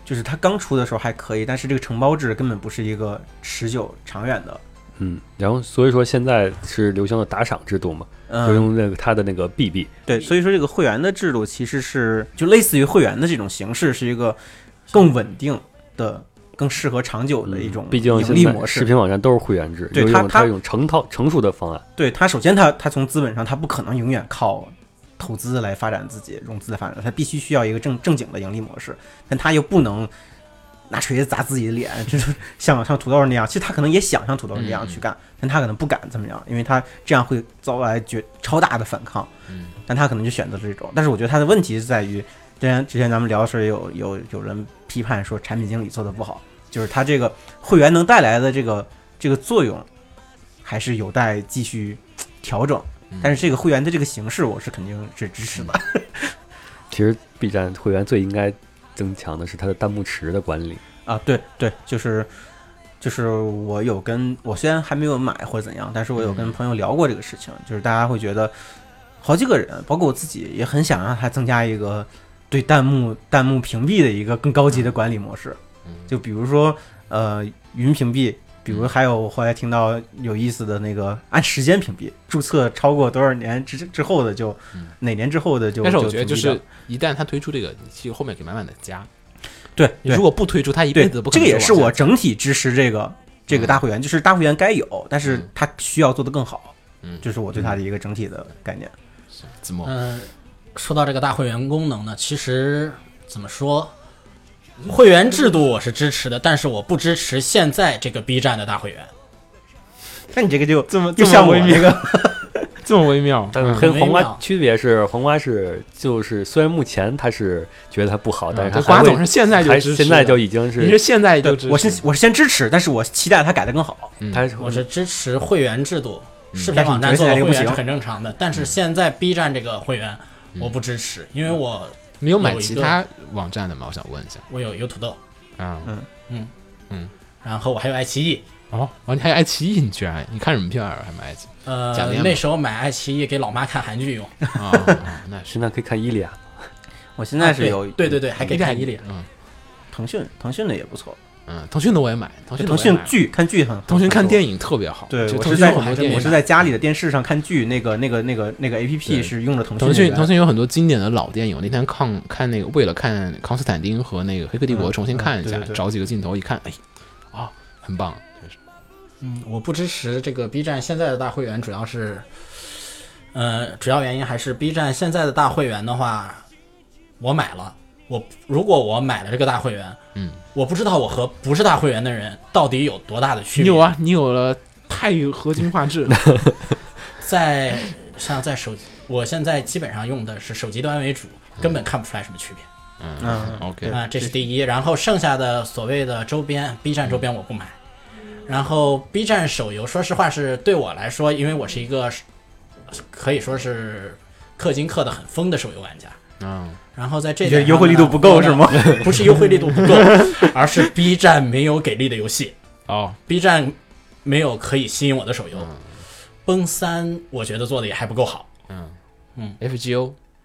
[SPEAKER 3] 就是它刚出的时候还可以，但是这个承包制根本不是一个持久长远的。
[SPEAKER 1] 嗯，然后所以说现在是流行的打赏制度嘛，
[SPEAKER 3] 嗯、
[SPEAKER 1] 就用那个它的那个 B B。
[SPEAKER 3] 对，所以说这个会员的制度其实是就类似于会员的这种形式，是一个更稳定的、更适合长久的一种
[SPEAKER 1] 毕竟
[SPEAKER 3] 盈利模式。
[SPEAKER 1] 视频网站都是会员制，
[SPEAKER 3] 对它
[SPEAKER 1] 它用成套成熟的方案。
[SPEAKER 3] 对它，首先它它从资本上它不可能永远靠投资来发展自己，融资来发展，它必须需要一个正正经的盈利模式，但它又不能拿锤子砸自己的脸，就是像像土豆那样。其实他可能也想像土豆那样去干，但他可能不敢这么样，因为他这样会遭来绝超大的反抗。但他可能就选择这种。但是我觉得他的问题是在于，之前之前咱们聊的时候，有有有人批判说产品经理做的不好，就是他这个会员能带来的这个这个作用，还是有待继续调整。但是这个会员的这个形式，我是肯定是支持的。
[SPEAKER 1] 其实 B 站会员最应该增强的是它的弹幕池的管理
[SPEAKER 3] 啊，对对，就是就是我有跟我虽然还没有买或者怎样，但是我有跟朋友聊过这个事情，嗯、就是大家会觉得好几个人，包括我自己，也很想让它增加一个对弹幕弹幕屏蔽的一个更高级的管理模式，就比如说呃云屏蔽。比如还有后来听到有意思的那个按时间屏蔽，注册超过多少年之之后的就、嗯、哪年之后的就。
[SPEAKER 2] 但是我觉得就是一旦他推出这个，你其实后面可以慢慢的加。
[SPEAKER 3] 对，
[SPEAKER 2] 你如果不推出，他一辈子不可能。
[SPEAKER 3] 这个也是我整体支持这个这个大会员，嗯、就是大会员该有，但是他需要做得更好。嗯，这、就是我对他的一个整体的概念。
[SPEAKER 2] 子墨，
[SPEAKER 4] 嗯、呃，说到这个大会员功能呢，其实怎么说？会员制度我是支持的，但是我不支持现在这个 B 站的大会员。
[SPEAKER 3] 那你这个就
[SPEAKER 2] 这么
[SPEAKER 3] 就像我那个
[SPEAKER 2] 这么微妙，
[SPEAKER 1] 但是跟黄瓜区别是，黄瓜是就是虽然目前他是觉得它不好，嗯、但是他
[SPEAKER 2] 瓜总是现在就支持，
[SPEAKER 1] 现在就已经是
[SPEAKER 2] 你是现在就支持，
[SPEAKER 3] 我是我是先支持，但是我期待他改得更好。
[SPEAKER 1] 嗯、他
[SPEAKER 4] 我是支持会员制度，嗯、视频网站做的会员是很正常的，但是现在 B 站这个会员我不支持，嗯、因为我。
[SPEAKER 2] 没有买其他网站的吗？我想问一下。
[SPEAKER 4] 我有有土豆
[SPEAKER 2] 啊，
[SPEAKER 4] 嗯嗯嗯，然后我还有爱奇艺。
[SPEAKER 2] 哦哦，你还有爱奇艺？你居然你看什么片儿？还买爱奇艺？
[SPEAKER 4] 呃，那时候买爱奇艺给老妈看韩剧用。
[SPEAKER 2] 啊、哦哦，那
[SPEAKER 1] 现在可以看伊利亚。
[SPEAKER 3] 我现在是有、
[SPEAKER 4] 啊、对, 对对对，还可以看伊利亚。
[SPEAKER 2] 嗯，
[SPEAKER 3] 腾讯腾讯的也不错。
[SPEAKER 2] 嗯，腾讯的我也买，腾讯
[SPEAKER 3] 腾讯剧看剧很，
[SPEAKER 2] 腾讯看电影特别好。
[SPEAKER 3] 对，我是在我是在家里的电视上看剧，那个那个那个那个 A P P 是用的腾讯。
[SPEAKER 2] 腾讯腾讯有很多经典的老电影，我那天看看那个，为了看康斯坦丁和那个黑客帝国重新看一下，
[SPEAKER 3] 嗯嗯、对对对
[SPEAKER 2] 找几个镜头一看，哎，啊、哦，很棒，确实。
[SPEAKER 4] 嗯，我不支持这个 B 站现在的大会员，主要是，呃，主要原因还是 B 站现在的大会员的话，我买了。我如果我买了这个大会员，
[SPEAKER 2] 嗯，
[SPEAKER 4] 我不知道我和不是大会员的人到底有多大的区别。
[SPEAKER 2] 你有啊，你有了钛合金画质，
[SPEAKER 4] 在像在手，我现在基本上用的是手机端为主，根本看不出来什么区别。
[SPEAKER 2] 嗯嗯 ，OK
[SPEAKER 4] 啊，这是第一。然后剩下的所谓的周边 ，B 站周边我不买。然后 B 站手游，说实话是对我来说，因为我是一个可以说是氪金氪的很疯的手游玩家。
[SPEAKER 2] 嗯。
[SPEAKER 4] 然后在这点
[SPEAKER 3] 优惠力度不够是吗？
[SPEAKER 4] 不是优惠力度不够，而是 B 站没有给力的游戏。
[SPEAKER 2] 哦
[SPEAKER 4] ，B 站没有可以吸引我的手游。
[SPEAKER 2] 嗯、
[SPEAKER 4] 崩三我觉得做的也还不够好。
[SPEAKER 2] 嗯
[SPEAKER 4] 嗯
[SPEAKER 2] ，F G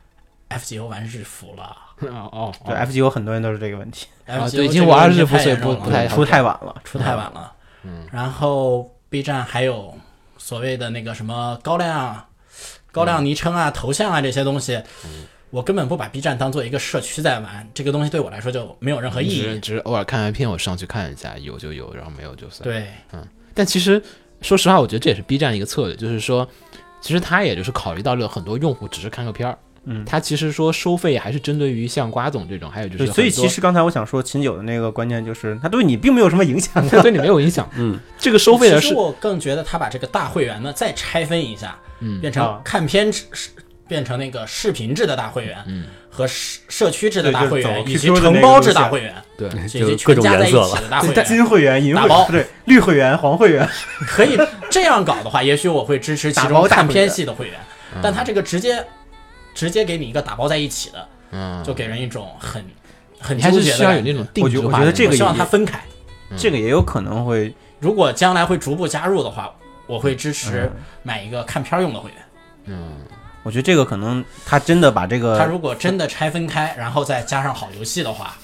[SPEAKER 2] O，F
[SPEAKER 4] G O 玩日服了。
[SPEAKER 2] 哦哦，
[SPEAKER 3] 对 ，F G O 很多人都是这个问题。
[SPEAKER 2] 啊，对，已经玩日服，所以不不太
[SPEAKER 3] 出太晚了，
[SPEAKER 4] 出太晚了。
[SPEAKER 2] 嗯，
[SPEAKER 4] 然后 B 站还有所谓的那个什么高亮、高亮昵称啊、头像啊这些东西。
[SPEAKER 2] 嗯，
[SPEAKER 4] 我根本不把 B 站当做一个社区在玩，这个东西对我来说就没有任何意义。
[SPEAKER 2] 只是只是偶尔看完片，我上去看一下，有就有，然后没有就算。
[SPEAKER 4] 对，
[SPEAKER 2] 嗯。但其实说实话，我觉得这也是 B 站一个策略，就是说，其实他也就是考虑到了很多用户只是看个片儿，
[SPEAKER 3] 嗯，
[SPEAKER 2] 他其实说收费还是针对于像瓜总这种，还有就是，
[SPEAKER 3] 所以其实刚才我想说秦九的那个关键就是，他对你并没有什么影响、啊，
[SPEAKER 2] 他对你没有影响。
[SPEAKER 1] 嗯，
[SPEAKER 2] 这个收费的是，
[SPEAKER 4] 其实我更觉得他把这个大会员呢再拆分一下，
[SPEAKER 2] 嗯，
[SPEAKER 4] 变成看片制。啊变成那个视频制的大会员，
[SPEAKER 2] 嗯，
[SPEAKER 4] 和社区制的大会员，以及
[SPEAKER 3] 承
[SPEAKER 4] 承包制大会员，
[SPEAKER 2] 对，
[SPEAKER 4] 就全加在一起的大会员，
[SPEAKER 3] 金会员、银会员，对，绿会员、黄会员，
[SPEAKER 4] 可以这样搞的话，也许我会支持其中看片系的会员，但他这个直接直接给你一个打包在一起的，
[SPEAKER 2] 嗯，
[SPEAKER 4] 就给人一种很很
[SPEAKER 2] 纠结的，需要有那种定制化。
[SPEAKER 3] 我觉得这个
[SPEAKER 4] 希望它分开，
[SPEAKER 3] 这个也有可能会，
[SPEAKER 4] 如果将来会逐步加入的话，我会支持买一个看片用的会员，
[SPEAKER 2] 嗯。
[SPEAKER 3] 我觉得这个可能他真的把这个，
[SPEAKER 4] 他如果真的拆分开，然后再加上好游戏的话，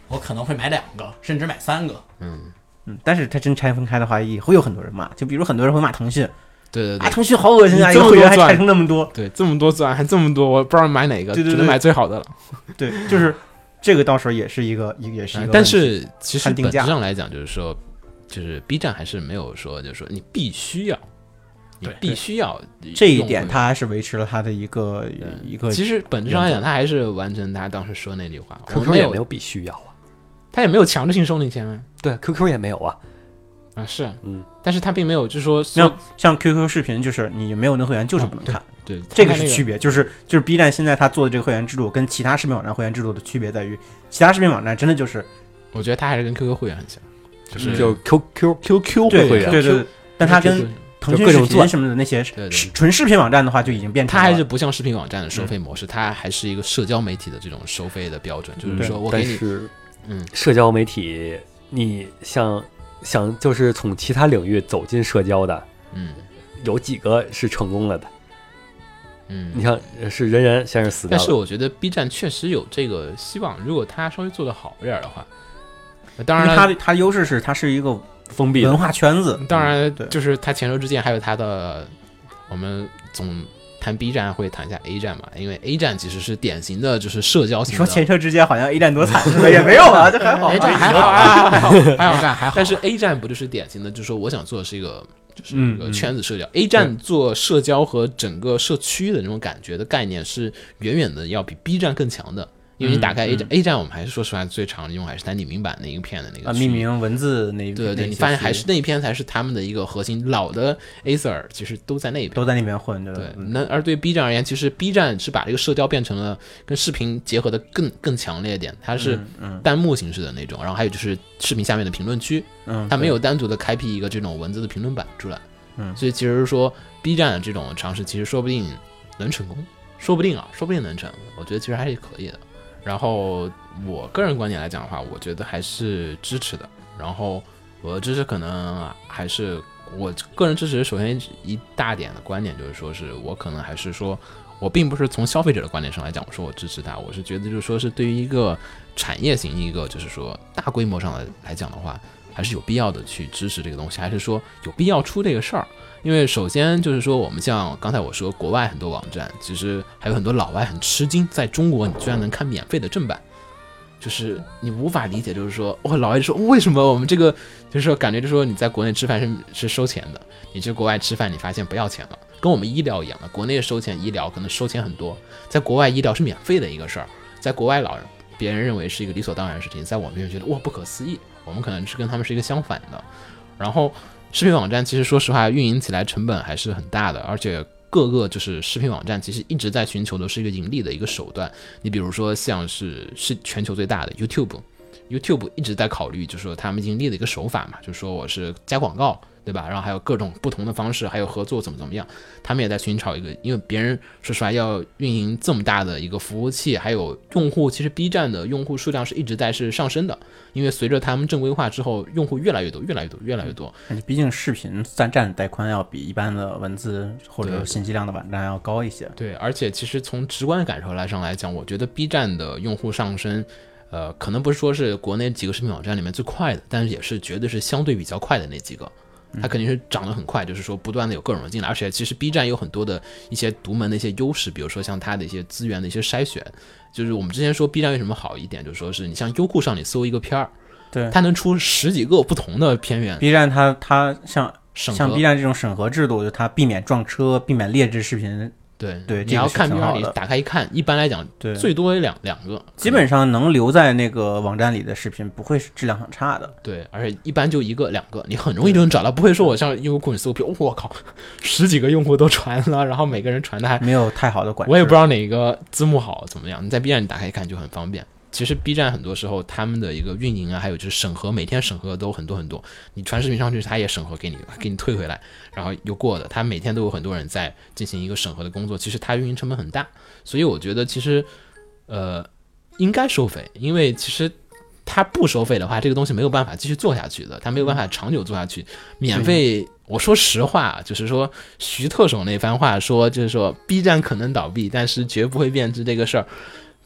[SPEAKER 4] 我可能会买两个，甚至买三个。
[SPEAKER 2] 嗯
[SPEAKER 3] 嗯，但是它真拆分开的话，也会有很多人骂。就比如很多人会骂腾讯，
[SPEAKER 2] 对对对，
[SPEAKER 3] 啊，腾讯好恶心啊，
[SPEAKER 2] 你这么多
[SPEAKER 3] 一个会员还
[SPEAKER 2] 钻
[SPEAKER 3] 拆成那么多。
[SPEAKER 2] 对，这么多钻还这么多，我不知道买哪个，
[SPEAKER 3] 对对对
[SPEAKER 2] 只能买最好的了。
[SPEAKER 3] 对，就是这个到时候也是一个，一个也是一个问题。
[SPEAKER 2] 但是其实本质
[SPEAKER 3] 看定价
[SPEAKER 2] 上来讲，就是说，就是 B 站还是没有说，就是说你必须要，你
[SPEAKER 4] 对
[SPEAKER 2] 必须要
[SPEAKER 3] 这一点，
[SPEAKER 2] 用会员
[SPEAKER 3] 它还是维持了它的一个一个。
[SPEAKER 2] 其实本质上来讲，他还是完成他当时说那句话。我
[SPEAKER 1] ，Q Q
[SPEAKER 2] 没有
[SPEAKER 1] 也没有必须要啊，
[SPEAKER 2] 他也没有强制性收你钱啊。
[SPEAKER 1] 对，Q Q 也没有啊，
[SPEAKER 2] 啊是，
[SPEAKER 1] 嗯，
[SPEAKER 2] 但是他并没有就是说，
[SPEAKER 3] 像像 Q Q 视频，就是你没有那会员就是不能看，
[SPEAKER 2] 对，
[SPEAKER 3] 这个
[SPEAKER 2] 他那
[SPEAKER 3] 是区别。就是就是 B 站现在它做的这个会员制度跟其他视频网站会员制度的区别在于，其他视频网站真的就是
[SPEAKER 2] 我觉得他还是跟 Q Q 会员很像，就是
[SPEAKER 1] 就 Q Q Q Q
[SPEAKER 3] 对
[SPEAKER 1] 会员，
[SPEAKER 3] 对对对，但它跟腾讯视频什么的那些
[SPEAKER 2] 对对
[SPEAKER 3] 视纯视频网站的话，就已经变成
[SPEAKER 2] 它
[SPEAKER 3] 了
[SPEAKER 2] 还是不像视频网站的收费模式，它还是一个社交媒体的这种收费的标准，就是说我给你，
[SPEAKER 1] 但是
[SPEAKER 2] 嗯，
[SPEAKER 1] 社交媒体，你像想就是从其他领域走进社交的，
[SPEAKER 2] 嗯
[SPEAKER 1] 有几个是成功了的？
[SPEAKER 2] 嗯，
[SPEAKER 1] 你像是人人先是死掉
[SPEAKER 2] 但
[SPEAKER 1] 了，
[SPEAKER 2] 是我觉得 B 站确实有这个希望，如果它稍微做得好一点的话，当然
[SPEAKER 3] 因为它的它的优势是它是一个
[SPEAKER 1] 封闭的
[SPEAKER 3] 文化圈子，
[SPEAKER 2] 当然
[SPEAKER 3] 对
[SPEAKER 2] 就是它前车之鉴，还有它的，我们总谈 B 站会谈一下 A 站嘛，因为 A 站其实是典型的就是社交型的。
[SPEAKER 3] 你说前车之鉴好像 A 站多惨似的，也没有啊，这还好。
[SPEAKER 4] 哎，这还好啊，还好，还好干，还好。
[SPEAKER 2] 但是 A 站不就是典型的，就是说我想做的是一个就是一个
[SPEAKER 3] 嗯
[SPEAKER 2] 圈子社交。A 站做社交和整个社区的那种感觉的概念是远远的要比 B 站更强的。因为你打开 A 站、
[SPEAKER 3] 嗯、
[SPEAKER 2] A 站我们还是说实话最常用还是它匿名版那一片的那个
[SPEAKER 3] 啊，匿名文字那一
[SPEAKER 2] 对对，你发现还是那一篇才是他们的一个核心。老的 Acer 其实都在那边，
[SPEAKER 3] 都在那边混，对
[SPEAKER 2] 对。
[SPEAKER 3] 嗯、
[SPEAKER 2] 那而对 B 站而言，其实 B 站是把这个社交变成了跟视频结合的更更强烈一点，它是弹幕形式的那种，然后还有就是视频下面的评论区，
[SPEAKER 3] 嗯，
[SPEAKER 2] 它没有单独的开辟一个这种文字的评论板出来，
[SPEAKER 3] 嗯，
[SPEAKER 2] 所以其实说 B 站的这种尝试，其实说不定能成功，说不定啊，说不定能成，我觉得其实还是可以的。然后我个人观点来讲的话，我觉得还是支持的。然后我的支持可能还是我个人支持，首先一大点的观点就是说，是我可能还是说，我并不是从消费者的观点上来讲，我说我支持它，我是觉得就是说是对于一个产业型一个就是说大规模上的来讲的话，还是有必要的去支持这个东西，还是说有必要出这个事儿。因为首先就是说，我们像刚才我说，国外很多网站，其实还有很多老外很吃惊，在中国你居然能看免费的正版，就是你无法理解，就是说，哇，老外说为什么我们这个就是说感觉就是说你在国内吃饭是是收钱的，你去国外吃饭你发现不要钱了，跟我们医疗一样的，国内收钱医疗可能收钱很多，在国外医疗是免费的一个事儿，在国外老人别人认为是一个理所当然的事情，在我们这边觉得哇不可思议，我们可能是跟他们是一个相反的，然后。视频网站其实说实话运营起来成本还是很大的，而且各个就是视频网站其实一直在寻求的是一个盈利的一个手段。你比如说像是是全球最大的 YouTube，YouTube 一直在考虑就是说他们盈利的一个手法嘛，就是说我是加广告，对吧？然后还有各种不同的方式，还有合作怎么怎么样，他们也在寻找一个，因为别人说实话要运营这么大的一个服务器，还有用户，其实 B 站的用户数量是一直在是上升的，因为随着他们正规化之后，用户越来越多，越来越多，越来越多。
[SPEAKER 3] 毕竟视频占占带宽要比一般的文字或者信息量的网站要高一些。
[SPEAKER 2] 对，而且其实从直观的感受来上来讲，我觉得 B 站的用户上升。呃，可能不是说是国内几个视频网站里面最快的，但是也是绝对是相对比较快的那几个。它肯定是涨得很快，就是说不断的有各种人进来，而且其实 B 站有很多的一些独门的一些优势，比如说像它的一些资源的一些筛选，就是我们之前说 B 站为什么好一点，就是说是你像优酷上你搜一个片儿，
[SPEAKER 3] 对，
[SPEAKER 2] 它能出十几个不同的片源。
[SPEAKER 3] B 站它它像
[SPEAKER 2] 审核
[SPEAKER 3] 像 B 站这种审核制度，就它避免撞车，避免劣质视频。
[SPEAKER 2] 对
[SPEAKER 3] 对，
[SPEAKER 2] 你要看
[SPEAKER 3] 片
[SPEAKER 2] 儿，你打开一看，一般来讲，
[SPEAKER 3] 对，
[SPEAKER 2] 最多两两个，
[SPEAKER 3] 基本上能留在那个网站里的视频不会是质量很差的。
[SPEAKER 2] 对，而且一般就一个两个，你很容易就能找到，不会说我像优酷你搜片，我靠，十几个用户都传了，然后每个人传的还
[SPEAKER 3] 没有太好的管制，
[SPEAKER 2] 我也不知道哪个字幕好怎么样。你在 B 站你打开一看就很方便。其实 B 站很多时候他们的一个运营啊，还有就是审核，每天审核都很多很多。你传视频上去，他也审核给你，给你退回来，然后又过的。他每天都有很多人在进行一个审核的工作，其实他运营成本很大。所以我觉得其实，呃，应该收费，因为其实他不收费的话，这个东西没有办法继续做下去的，他没有办法长久做下去。免费，我说实话，就是说徐特首那番话说，就是说 B 站可能倒闭，但是绝不会变质这个事儿。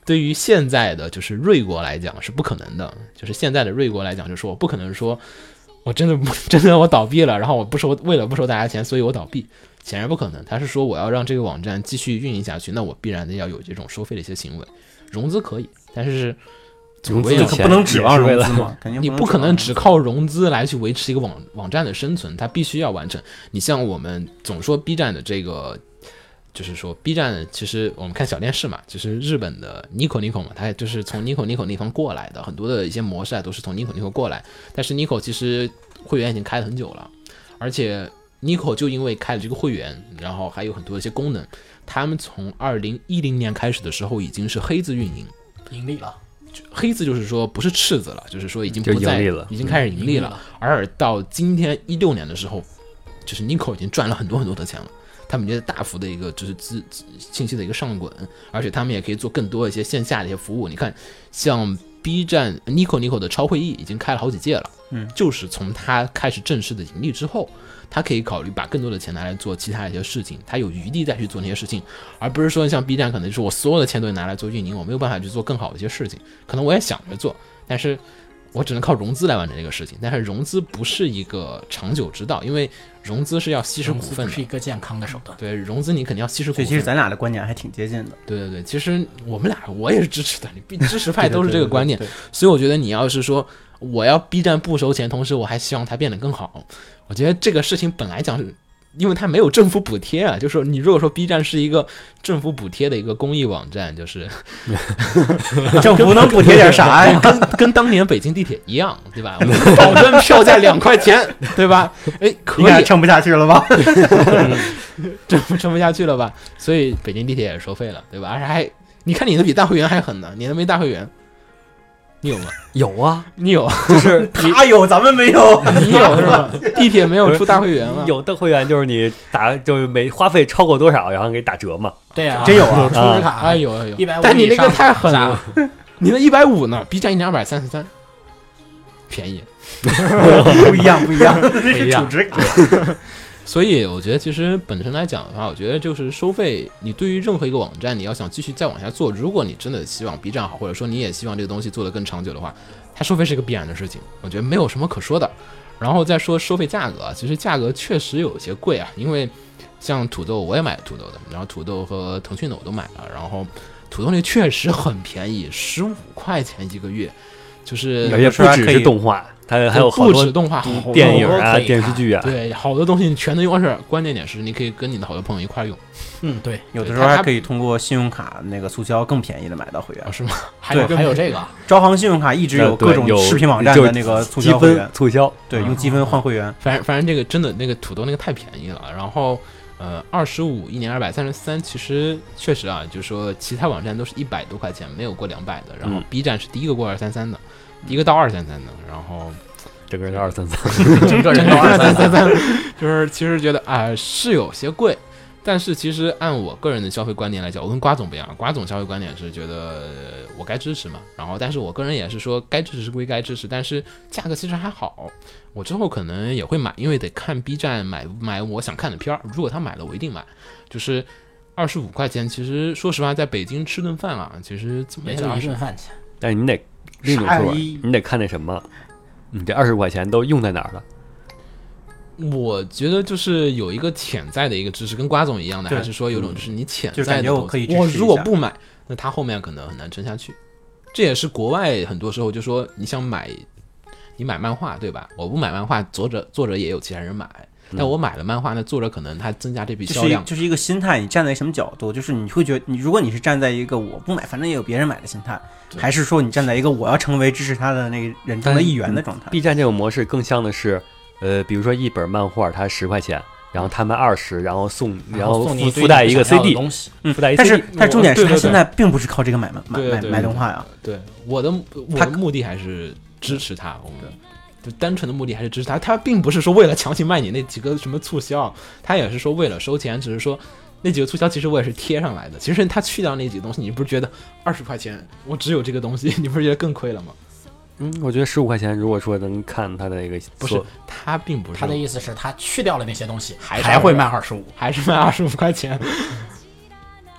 [SPEAKER 2] 对于现在的就是瑞国来讲是不可能的，就是现在的瑞国来讲，就是说我不可能说我真的不真的我倒闭了，然后我不收为了不收大家钱，所以我倒闭，显然不可能。他是说我要让这个网站继续运营下去，那我必然的要有这种收费的一些行为，融资可以，但是
[SPEAKER 1] 融资
[SPEAKER 3] 可不能指望融资嘛，肯定
[SPEAKER 2] 你不可能只靠融资来去维持一个网网站的生存，它必须要完成。你像我们总说 B 站的这个。就是说 B 站其实我们看小电视嘛，就是日本的 Nico Nico 嘛，它就是从 Nico Nico 那方过来的，很多的一些模式啊都是从 Nico Nico 过来。但是 Nico 其实会员已经开了很久了，而且 Nico 就因为开了这个会员，然后还有很多的一些功能，他们从二零一零年开始的时候已经是黑字运营，
[SPEAKER 4] 盈利了。
[SPEAKER 2] 黑字就是说不是赤字了，就是说已经不再
[SPEAKER 1] 盈利了，
[SPEAKER 2] 已经开始盈利了。而到今天一六年的时候，就是 Nico 已经赚了很多很多的钱了。他们觉得大幅的一个就是资信息的一个上滚，而且他们也可以做更多一些线下的一些服务。你看，像 B 站 Nico Nico 的超会议已经开了好几届了，
[SPEAKER 3] 嗯，
[SPEAKER 2] 就是从他开始正式的盈利之后，他可以考虑把更多的钱拿来做其他的一些事情，他有余地再去做那些事情，而不是说像 B 站可能就是我所有的钱都拿来做运营，我没有办法去做更好的一些事情。可能我也想着做，但是我只能靠融资来完成这个事情，但是融资不是一个长久之道，因为融资是要稀释股份的，
[SPEAKER 4] 是一个健康的手段。
[SPEAKER 2] 对，融资你肯定要稀释股份。
[SPEAKER 3] 其实咱俩的观点还挺接近的。
[SPEAKER 2] 对对对，其实我们俩我也是支持的，你支持派都是这个观点。对对对对对，所以我觉得你要是说我要 B 站不收钱，同时我还希望它变得更好，我觉得这个事情本来讲是。因为它没有政府补贴啊，就是说你如果说 B 站是一个政府补贴的一个公益网站，就是
[SPEAKER 3] 政府能补贴点啥呀？
[SPEAKER 2] 跟跟当年北京地铁一样，对吧？我们保证票价两块钱，对吧？哎，可以
[SPEAKER 3] 撑不下去了吧？
[SPEAKER 2] 撑不撑不下去了吧？所以北京地铁也收费了，对吧？而且还你看你的比大会员还狠呢，你都没大会员。你有吗？
[SPEAKER 1] 有啊，
[SPEAKER 2] 你有，
[SPEAKER 1] 就是
[SPEAKER 3] 他有，咱们没有。
[SPEAKER 2] 你有是吧？地铁没有出大会员吗？
[SPEAKER 1] 有的会员就是你打，就是每花费超过多少，然后给打折嘛。
[SPEAKER 4] 对呀、啊，
[SPEAKER 3] 真有啊，
[SPEAKER 4] 充值卡，
[SPEAKER 2] 哎有有有，
[SPEAKER 4] 一百五。
[SPEAKER 2] 但你那个太狠了，你那一百五呢 ？B 站一两百三十三，便宜，
[SPEAKER 3] 不一样，不一样，
[SPEAKER 2] 不一样。
[SPEAKER 3] 储值卡。
[SPEAKER 2] 所以我觉得，其实本身来讲的话，我觉得就是收费，你对于任何一个网站，你要想继续再往下做，如果你真的希望 B 站好，或者说你也希望这个东西做得更长久的话，它收费是一个必然的事情，我觉得没有什么可说的。然后再说收费价格，其实价格确实有些贵啊，因为像土豆我也买土豆的，然后土豆和腾讯的我都买了，然后土豆那确实很便宜，十五块钱一个月，就是
[SPEAKER 1] 而且不只是动画。它还有好多
[SPEAKER 2] 动画、
[SPEAKER 1] 电影啊、电视剧啊，
[SPEAKER 2] 对，好多东西你全能用。而且关键点是，你可以跟你的好多朋友一块用。
[SPEAKER 4] 嗯，对，
[SPEAKER 3] 有的时候还可以通过信用卡那个促销更便宜的买到会员，
[SPEAKER 2] 哦、是吗？
[SPEAKER 4] 还有还有这个
[SPEAKER 3] 招行信用卡一直有各种视频网站的那个促销会员
[SPEAKER 1] 促销，
[SPEAKER 3] 对，用积分换会员。
[SPEAKER 2] 反正反正这个真的那个土豆那个太便宜了，然后。呃，二十五一年二百三十三，其实确实啊，就是说其他网站都是一百多块钱，没有过两百的。然后 B 站是第一个过二三三的，嗯、第一个到二三三的，然后
[SPEAKER 1] 整个人到二三三，
[SPEAKER 2] 整个人到二三三三，就是其实觉得啊、呃、是有些贵，但是其实按我个人的消费观念来讲，我跟瓜总不一样，瓜总消费观点是觉得我该支持嘛，然后但是我个人也是说该支持是归该支持，但是价格其实还好。我之后可能也会买，因为得看 B 站买不买我想看的片儿。如果他买了，我一定买。就是二十五块钱，其实说实话，在北京吃顿饭啊，其实这么
[SPEAKER 4] 也就一顿饭钱。
[SPEAKER 1] 但是你得另一说，你得看那什么，你这二十块钱都用在哪儿了？
[SPEAKER 2] 我觉得就是有一个潜在的一个知识，跟瓜总一样的，还是说有种就是你潜在的东西。
[SPEAKER 3] 我
[SPEAKER 2] 如果不买，那他后面可能很难撑下去。这也是国外很多时候就说你想买。你买漫画对吧？我不买漫画，作者作者也有其他人买，但我买了漫画，那作者可能他增加这笔销量，
[SPEAKER 3] 就是、就是一个心态。你站在什么角度？就是你会觉得，你如果你是站在一个我不买，反正也有别人买的心态，还是说你站在一个我要成为支持他的那个人中的一员的状态、
[SPEAKER 1] 嗯、？B 站这种模式更像的是，呃，比如说一本漫画它十块钱，然后他卖二十，然后送，然后附附带一个 C D，
[SPEAKER 3] 嗯，
[SPEAKER 1] 附带一个
[SPEAKER 3] C D。但是但是重点是他
[SPEAKER 2] 对对对
[SPEAKER 3] 现在并不是靠这个买买
[SPEAKER 2] 对对对
[SPEAKER 3] 买买动画呀。
[SPEAKER 2] 对，我的我的目的还是支持他，我们。就单纯的目的还是支持他，他并不是说为了强行卖你那几个什么促销，他也是说为了收钱，只是说那几个促销其实我也是贴上来的。其实他去掉那几个东西，你不是觉得二十块钱我只有这个东西，你不是觉得更亏了吗？
[SPEAKER 1] 嗯，我觉得十五块钱，如果说能看他的那个，
[SPEAKER 2] 不是他并不是
[SPEAKER 4] 他的意思是他去掉了那些东西，
[SPEAKER 2] 还
[SPEAKER 4] 还会卖二十五，
[SPEAKER 2] 还是卖二十五块钱。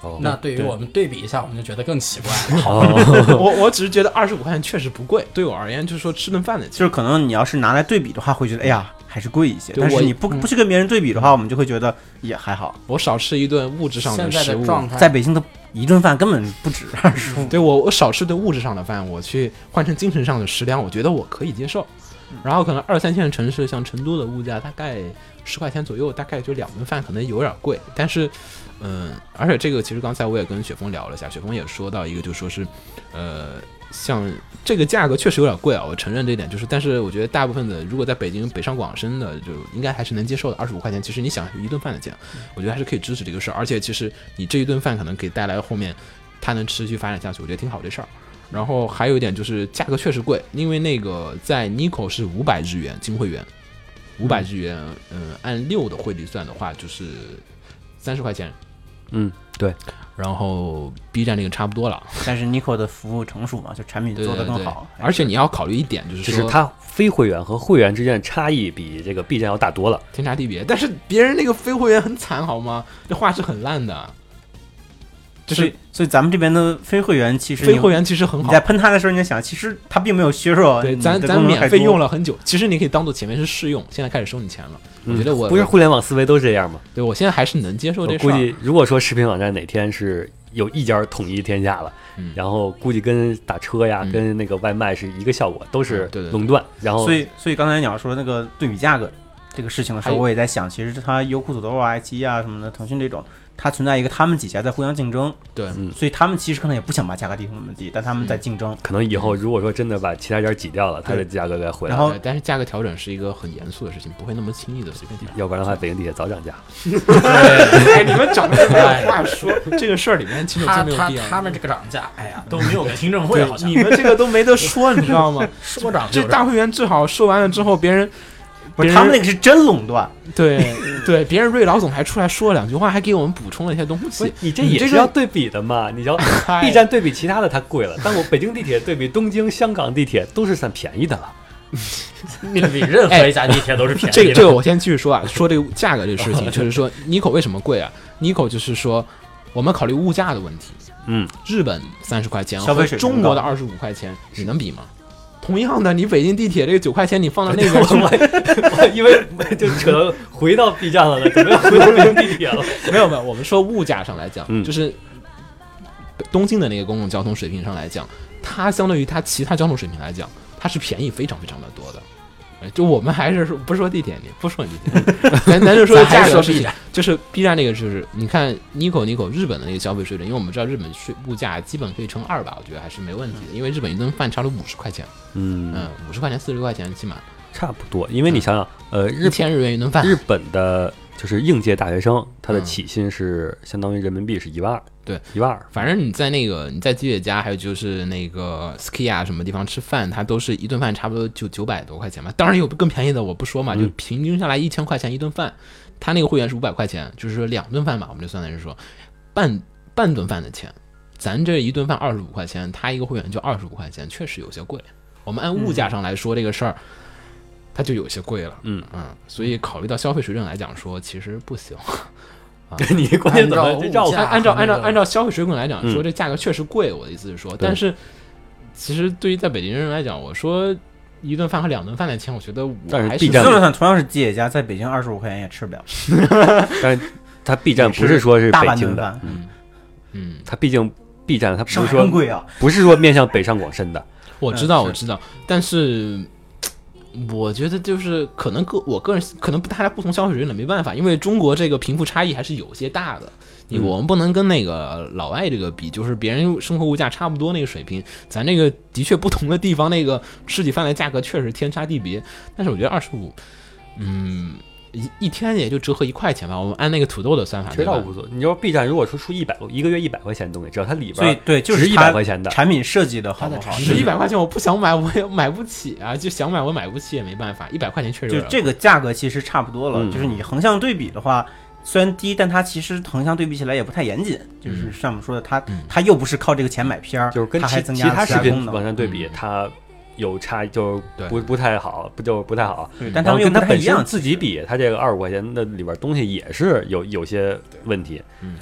[SPEAKER 1] 哦，
[SPEAKER 4] 那对于我们对比一下，我们就觉得更奇怪了。
[SPEAKER 1] 哦，
[SPEAKER 2] 我我只是觉得二十五块钱确实不贵，对我而言就是说吃顿饭的钱。
[SPEAKER 3] 就是可能你要是拿来对比的话，会觉得哎呀还是贵一些，
[SPEAKER 2] 对我
[SPEAKER 3] 但是你不不去跟别人对比的话，我们就会觉得也还好。
[SPEAKER 2] 我少吃一顿物质上
[SPEAKER 4] 现在
[SPEAKER 2] 食物，
[SPEAKER 4] 的状态，
[SPEAKER 3] 在北京的一顿饭根本不止二十五，
[SPEAKER 2] 对我我少吃顿物质上的饭，我去换成精神上的食粮，我觉得我可以接受。然后可能二三线城市像成都的物价大概十块钱左右，大概就两顿饭可能有点贵，但是嗯，而且这个其实刚才我也跟雪峰聊了一下，雪峰也说到一个就说是呃像这个价格确实有点贵啊，我承认这一点，就是但是我觉得大部分的如果在北京北上广深的就应该还是能接受的，二十五块钱其实你想一顿饭的钱，我觉得还是可以支持这个事儿，而且其实你这一顿饭可能可以带来后面它能持续发展下去，我觉得挺好这事儿。然后还有一点就是价格确实贵，因为那个在 Nico 是五百日元金会员，五百日元，嗯，按六的汇率算的话就是三十块钱，
[SPEAKER 1] 嗯，对。
[SPEAKER 2] 然后 B 站这个差不多了，
[SPEAKER 3] 但是 Nico 的服务成熟嘛，就产品做得更好。
[SPEAKER 2] 对对对，而且你要考虑一点，就是说
[SPEAKER 1] 就是它非会员和会员之间的差异比这个 B 站要大多了，
[SPEAKER 2] 天差地别。但是别人那个非会员很惨好吗？这画质很烂的。就是
[SPEAKER 3] 所以，所以咱们这边的非会员其实
[SPEAKER 2] 非会员其实很好。
[SPEAKER 3] 你在喷它的时候，你就想，其实它并没有削弱。
[SPEAKER 2] 对，咱咱免费用了很久，其实你可以当做前面是试用，现在开始收你钱了。
[SPEAKER 1] 嗯、
[SPEAKER 2] 我觉得我
[SPEAKER 1] 不是互联网思维都是这样吗？
[SPEAKER 2] 对，我现在还是能接受这事儿。
[SPEAKER 1] 估计如果说视频网站哪天是有一家统一天下了，
[SPEAKER 2] 嗯、
[SPEAKER 1] 然后估计跟打车呀、嗯、跟那个外卖是一个效果，都是垄断。
[SPEAKER 2] 嗯、对对对
[SPEAKER 1] 然后，
[SPEAKER 3] 所以所以刚才你要说那个对比价格这个事情的时候，我也在想，其实它优酷、土豆啊、爱奇艺啊什么的，腾讯这种。它存在一个他们几家在互相竞争，
[SPEAKER 2] 对，
[SPEAKER 1] 嗯，
[SPEAKER 3] 所以他们其实可能也不想把价格低成那么低，但他们在竞争。
[SPEAKER 1] 可能以后如果说真的把其他家挤掉了，它的价格该回来
[SPEAKER 2] 了。然后，但是价格调整是一个很严肃的事情，不会那么轻易的随便调。
[SPEAKER 1] 要不然的话，北京地铁早涨价。
[SPEAKER 2] 哎，你们涨的没有话说，这个事儿里面其实真没有必要。
[SPEAKER 4] 他们这个涨价，哎呀，都没有个听证会，好像
[SPEAKER 2] 你们这个都没得说，你知道吗？
[SPEAKER 4] 说涨
[SPEAKER 2] 这大会员治好说完了之后，别人。
[SPEAKER 3] 不是他们那个是真垄断，
[SPEAKER 2] 对对，别人瑞老总还出来说了两句话，还给我们补充了一些东西。
[SPEAKER 1] 你这也是要对比的嘛？你要 B 站对比其他的它贵了，但我北京地铁对比东京、香港地铁都是算便宜的了。
[SPEAKER 4] 你比任何一家地铁都是便宜的。
[SPEAKER 2] 这个这个我先继续说啊，说这个价格这个事情，就是说 Nico 为什么贵啊 ？Nico 就是说我们考虑物价的问题。
[SPEAKER 1] 嗯，
[SPEAKER 2] 日本三十块钱
[SPEAKER 3] 和
[SPEAKER 2] 中国的二十五块钱，你能比吗？同样的，你北京地铁这个九块钱，你放到那边去，
[SPEAKER 1] 我因为就扯回到 B 站了呢，怎么又回到北京地铁了？
[SPEAKER 2] 没有没有，我们说物价上来讲，
[SPEAKER 1] 嗯、
[SPEAKER 2] 就是东京的那个公共交通水平上来讲，它相对于它其他交通水平来讲，它是便宜非常非常的多的。就我们还是说不说地铁，你不说地铁，咱咱就说价格事情，就是 B 站那个，就是你看 Nico Nico 日本的那个消费水准，因为我们知道日本税物价基本可以乘二吧，我觉得还是没问题的，因为日本一顿饭差了五十块钱，
[SPEAKER 1] 嗯
[SPEAKER 2] 嗯，五十块钱四十块钱起码
[SPEAKER 1] 差不多，因为你想想，呃，
[SPEAKER 2] 一千日元一顿饭，
[SPEAKER 1] 日本的就是应届大学生，他的起薪是相当于人民币是一万二。
[SPEAKER 2] 对，
[SPEAKER 1] 一万二，
[SPEAKER 2] 反正你在那个你在吉野家，还有就是那个 ski 啊什么地方吃饭，它都是一顿饭差不多就九百多块钱嘛。当然有更便宜的，我不说嘛，
[SPEAKER 1] 嗯、
[SPEAKER 2] 就平均下来一千块钱一顿饭。他那个会员是五百块钱，就是说两顿饭嘛，我们就算的是说半半顿饭的钱。咱这一顿饭二十五块钱，他一个会员就二十五块钱，确实有些贵。我们按物价上来说，这个事儿。嗯它就有些贵了，
[SPEAKER 1] 嗯
[SPEAKER 2] 嗯，所以考虑到消费水准来讲说，其实不行。
[SPEAKER 1] 啊、你关键怎么
[SPEAKER 2] 绕按按照按照按照消费水准来讲，说这价格确实贵。我的意思是说，但是其实对于在北京人来讲，我说一顿饭和两顿饭的钱，我觉得我还是。
[SPEAKER 3] 这顿饭同样是吉野家，在北京二十五块钱也吃不了。
[SPEAKER 1] 但是它 B 站不是说是北京的，
[SPEAKER 2] 嗯嗯，
[SPEAKER 1] 它毕竟 B 站它不是说
[SPEAKER 3] 贵啊，
[SPEAKER 1] 不是说面向北上广深的。
[SPEAKER 2] 我知道我知道，但是。我觉得就是可能个我个人可能大家不同消费水准没办法，因为中国这个贫富差异还是有些大的。你我们不能跟那个老外这个比，就是别人生活物价差不多那个水平，咱这个的确不同的地方那个吃起饭的价格确实天差地别。但是我觉得二十五，嗯。一一天也就折合一块钱吧，我们按那个土豆的算法，
[SPEAKER 1] 知道无所谓。你说 B 站如果说出一百一个月一百块钱的东西，只要它里边
[SPEAKER 3] 所以对就是
[SPEAKER 1] 一百块钱的
[SPEAKER 3] 产品设计的好不好？
[SPEAKER 2] 值一百块钱我不想买，我也买不起啊！就想买我买不起也没办法，一百块钱确实
[SPEAKER 3] 就这个价格其实差不多了。
[SPEAKER 1] 嗯、
[SPEAKER 3] 就是你横向对比的话，虽然低，但它其实横向对比起来也不太严谨。就是像我们说的，它、嗯、它又不是靠这个钱买片儿，
[SPEAKER 1] 就是跟
[SPEAKER 3] 它还增加
[SPEAKER 1] 其他视频往上对比，
[SPEAKER 2] 嗯、
[SPEAKER 1] 它。有差就不不太好，不就不太好。
[SPEAKER 3] 对，但他们又
[SPEAKER 1] 跟它本身
[SPEAKER 3] 一样
[SPEAKER 1] 自己比，它这个二十块钱的里边东西也是有有些问题。
[SPEAKER 2] 嗯，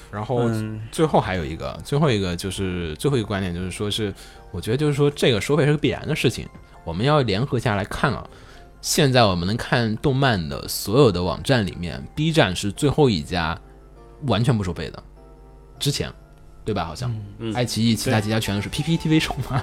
[SPEAKER 2] 然后最后还有一个，最后一个就是最后一个观点就是说是，我觉得就是说这个收费是个必然的事情，我们要联合下来看啊。现在我们能看动漫的所有的网站里面 ，B 站是最后一家完全不收费的，之前对吧？好像、嗯、爱奇艺其他几家全都是 P P T V 收嘛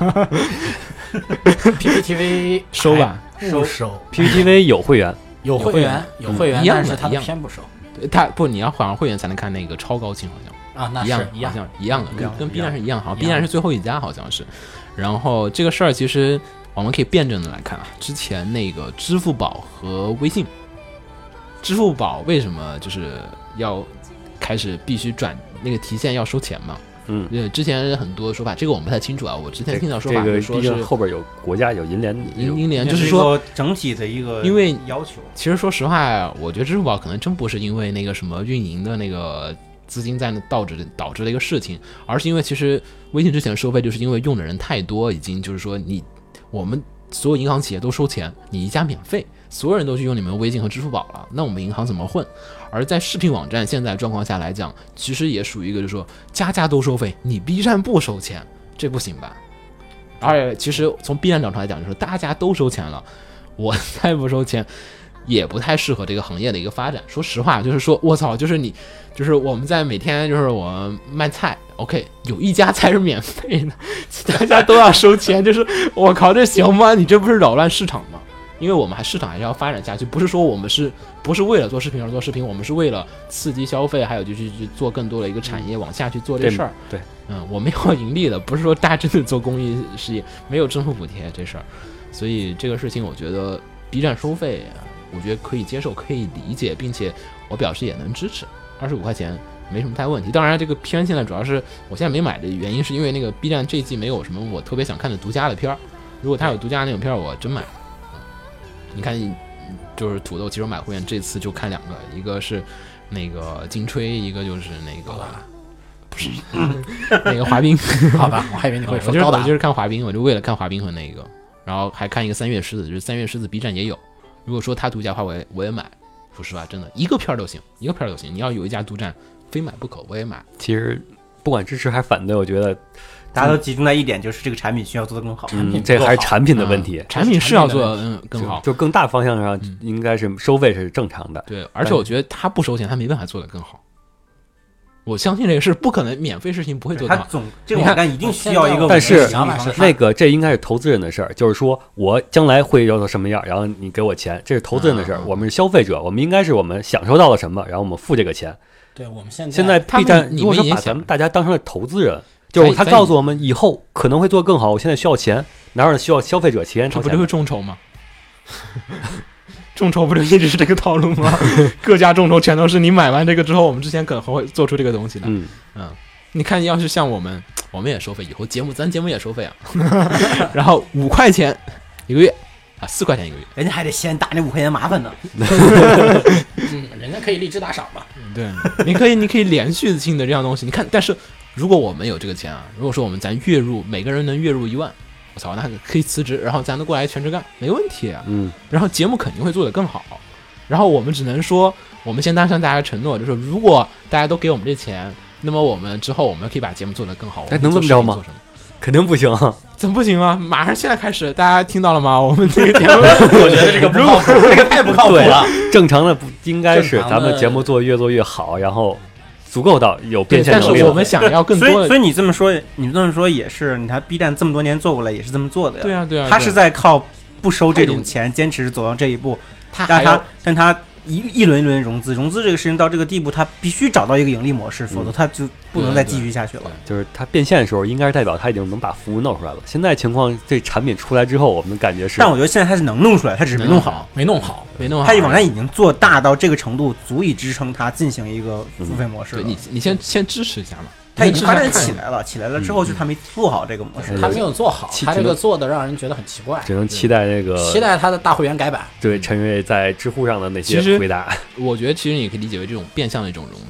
[SPEAKER 4] ，P P T V
[SPEAKER 2] 收吧，
[SPEAKER 4] 不收
[SPEAKER 1] ，P P T V 有会员，
[SPEAKER 4] 有会员，有会员，
[SPEAKER 2] 一样
[SPEAKER 4] 但是它
[SPEAKER 2] 的
[SPEAKER 4] 偏不收。
[SPEAKER 2] 它不，你要好像会员才能看那个超高清，好像
[SPEAKER 4] 啊，那是
[SPEAKER 2] 一样，
[SPEAKER 4] 一样，
[SPEAKER 2] 好像一样的，跟跟 B 站是一样，好像 B
[SPEAKER 4] 样
[SPEAKER 2] 站是最后一家，好像是。然后这个事儿其实我们可以辩证的来看啊，之前那个支付宝和微信，支付宝为什么就是要开始必须转那个提现要收钱嘛？
[SPEAKER 1] 嗯，
[SPEAKER 2] 对，之前很多说法，这个我们不太清楚啊。我之前听到说法
[SPEAKER 1] 是
[SPEAKER 2] 说
[SPEAKER 1] 是后边有国家有银联，
[SPEAKER 2] 银银联就是
[SPEAKER 3] 说整体的一个
[SPEAKER 2] 因为
[SPEAKER 3] 要求。
[SPEAKER 2] 其实说实话，我觉得支付宝可能真不是因为那个什么运营的那个资金在那导致导致的一个事情，而是因为其实微信之前收费就是因为用的人太多，已经就是说你我们所有银行企业都收钱，你一家免费，所有人都去用你们微信和支付宝了，那我们银行怎么混？而在视频网站现在状况下来讲，其实也属于一个就是说家家都收费，你 B 站不收钱，这不行吧？而且其实从 B 站角度来讲，就是大家都收钱了，我再不收钱也不太适合这个行业的一个发展。说实话，就是说我操，就是你就是我们在每天就是我卖菜 OK， 有一家菜是免费的，大家都要收钱，就是我靠，这行吗？你这不是扰乱市场吗？因为我们还市场还是要发展下去，不是说我们是不是为了做视频而做视频，我们是为了刺激消费，还有就是去做更多的一个产业往下去做这事儿。
[SPEAKER 1] 对，
[SPEAKER 2] 嗯，我们要盈利的，不是说大家真的做公益事业，没有政府补贴这事儿。所以这个事情，我觉得 B 站收费，我觉得可以接受，可以理解，并且我表示也能支持，二十五块钱没什么太问题。当然，这个片现在主要是我现在没买的原因，是因为那个 B 站这一季没有什么我特别想看的独家的片儿。如果它有独家那种片儿，我真买。你看，就是土豆，其实我买会员这次就看两个，一个是那个金吹，一个就是那个不是那个滑冰。
[SPEAKER 4] 好吧，我还以为你会说
[SPEAKER 2] 高达。
[SPEAKER 4] 我
[SPEAKER 2] 就是我就是看滑冰，我就为了看滑冰和那个，然后还看一个三月狮子，就是三月狮子 B 站也有。如果说它独家的话，我也我也买。说实话，真的一个片儿都行，一个片儿都行。你要有一家独占，非买不可，我也买。
[SPEAKER 1] 其实不管支持还是反对，我觉得
[SPEAKER 3] 大家都集中在一点，就是这个产品需要做得更好。
[SPEAKER 1] 嗯，这还是产品的问题，
[SPEAKER 2] 嗯、产品是要做嗯更好，
[SPEAKER 1] 就更大方向上应该是收费是正常的。
[SPEAKER 2] 对，而且我觉得他不收钱，他没办法做得更好。我相信这个是不可能，免费事情不会做得好。
[SPEAKER 3] 他总这个网站一定需要一个，
[SPEAKER 1] 但是那个这应该是投资人的事儿，就是说我将来会要到什么样，然后你给我钱，这是投资人的事儿。我们是消费者，我们应该是我们享受到了什么，然后我们付这个钱。
[SPEAKER 4] 对，我们现在
[SPEAKER 1] 现在 B 站如果说把咱们大家当成了投资人。就是他告诉我们以后可能会做更好，我现在需要钱，哪有人需要消费者钱？
[SPEAKER 2] 这不就是众筹吗？众筹不就一直是这个套路吗？各家众筹全都是你买完这个之后，我们之前可能会做出这个东西的。
[SPEAKER 1] 嗯
[SPEAKER 2] 嗯，你看，要是像我们，我们也收费，以后节目咱节目也收费啊。然后五块钱一个月啊，四块钱一个月，
[SPEAKER 3] 人家还得先打那五块钱麻烦呢。
[SPEAKER 4] 嗯，人家可以荔枝打赏嘛。
[SPEAKER 2] 对，你可以，你可以连续性的这样东西。你看，但是。如果我们有这个钱啊，如果说我们咱月入每个人能月入一万，我操，那可以辞职，然后咱能过来全职干，没问题啊。
[SPEAKER 1] 嗯，
[SPEAKER 2] 然后节目肯定会做得更好，然后我们只能说，我们先当向大家承诺，就是如果大家都给我们这钱，那么我们之后我们可以把节目做得更好。
[SPEAKER 1] 哎，能这么着吗？肯定不行，
[SPEAKER 2] 怎么不行啊？马上现在开始，大家听到了吗？我们这个节目，
[SPEAKER 3] 我觉得这个不靠谱，这个太不靠谱了。
[SPEAKER 1] 正常的不应该是咱们节目做越做越好，然后。足够到有变现能力，
[SPEAKER 2] 但是我们想要更多的。
[SPEAKER 3] 所以，所以你这么说，你这么说也是，你看 B 站这么多年做过来也是这么做的呀。
[SPEAKER 2] 对啊，对啊，
[SPEAKER 3] 他是在靠不收这种钱，坚持走到这一步。
[SPEAKER 2] 他
[SPEAKER 3] 但他，但他一一轮一轮融资，融资这个事情到这个地步，他必须找到一个盈利模式，否则他就不能再继续下去了。
[SPEAKER 1] 就是他变现的时候，应该是代表他已经能把服务弄出来了。现在情况，这产品出来之后，我们感觉是，
[SPEAKER 3] 但我觉得现在他是能弄出来，他只是没弄好，
[SPEAKER 4] 没弄好，
[SPEAKER 2] 没弄好。
[SPEAKER 3] 他网站已经做大到这个程度，足以支撑他进行一个付费模式了。
[SPEAKER 2] 你你先先支持一下嘛。
[SPEAKER 3] 他已经发展起来了，起来了之后就是他没做好这个模式，
[SPEAKER 4] 他没有做好，他这个做的让人觉得很奇怪。
[SPEAKER 1] 只能期待那个
[SPEAKER 4] 期待他的大会员改版。
[SPEAKER 1] 对陈瑞在知乎上的那些回答，
[SPEAKER 2] 我觉得其实你可以理解为这种变相的一种融资，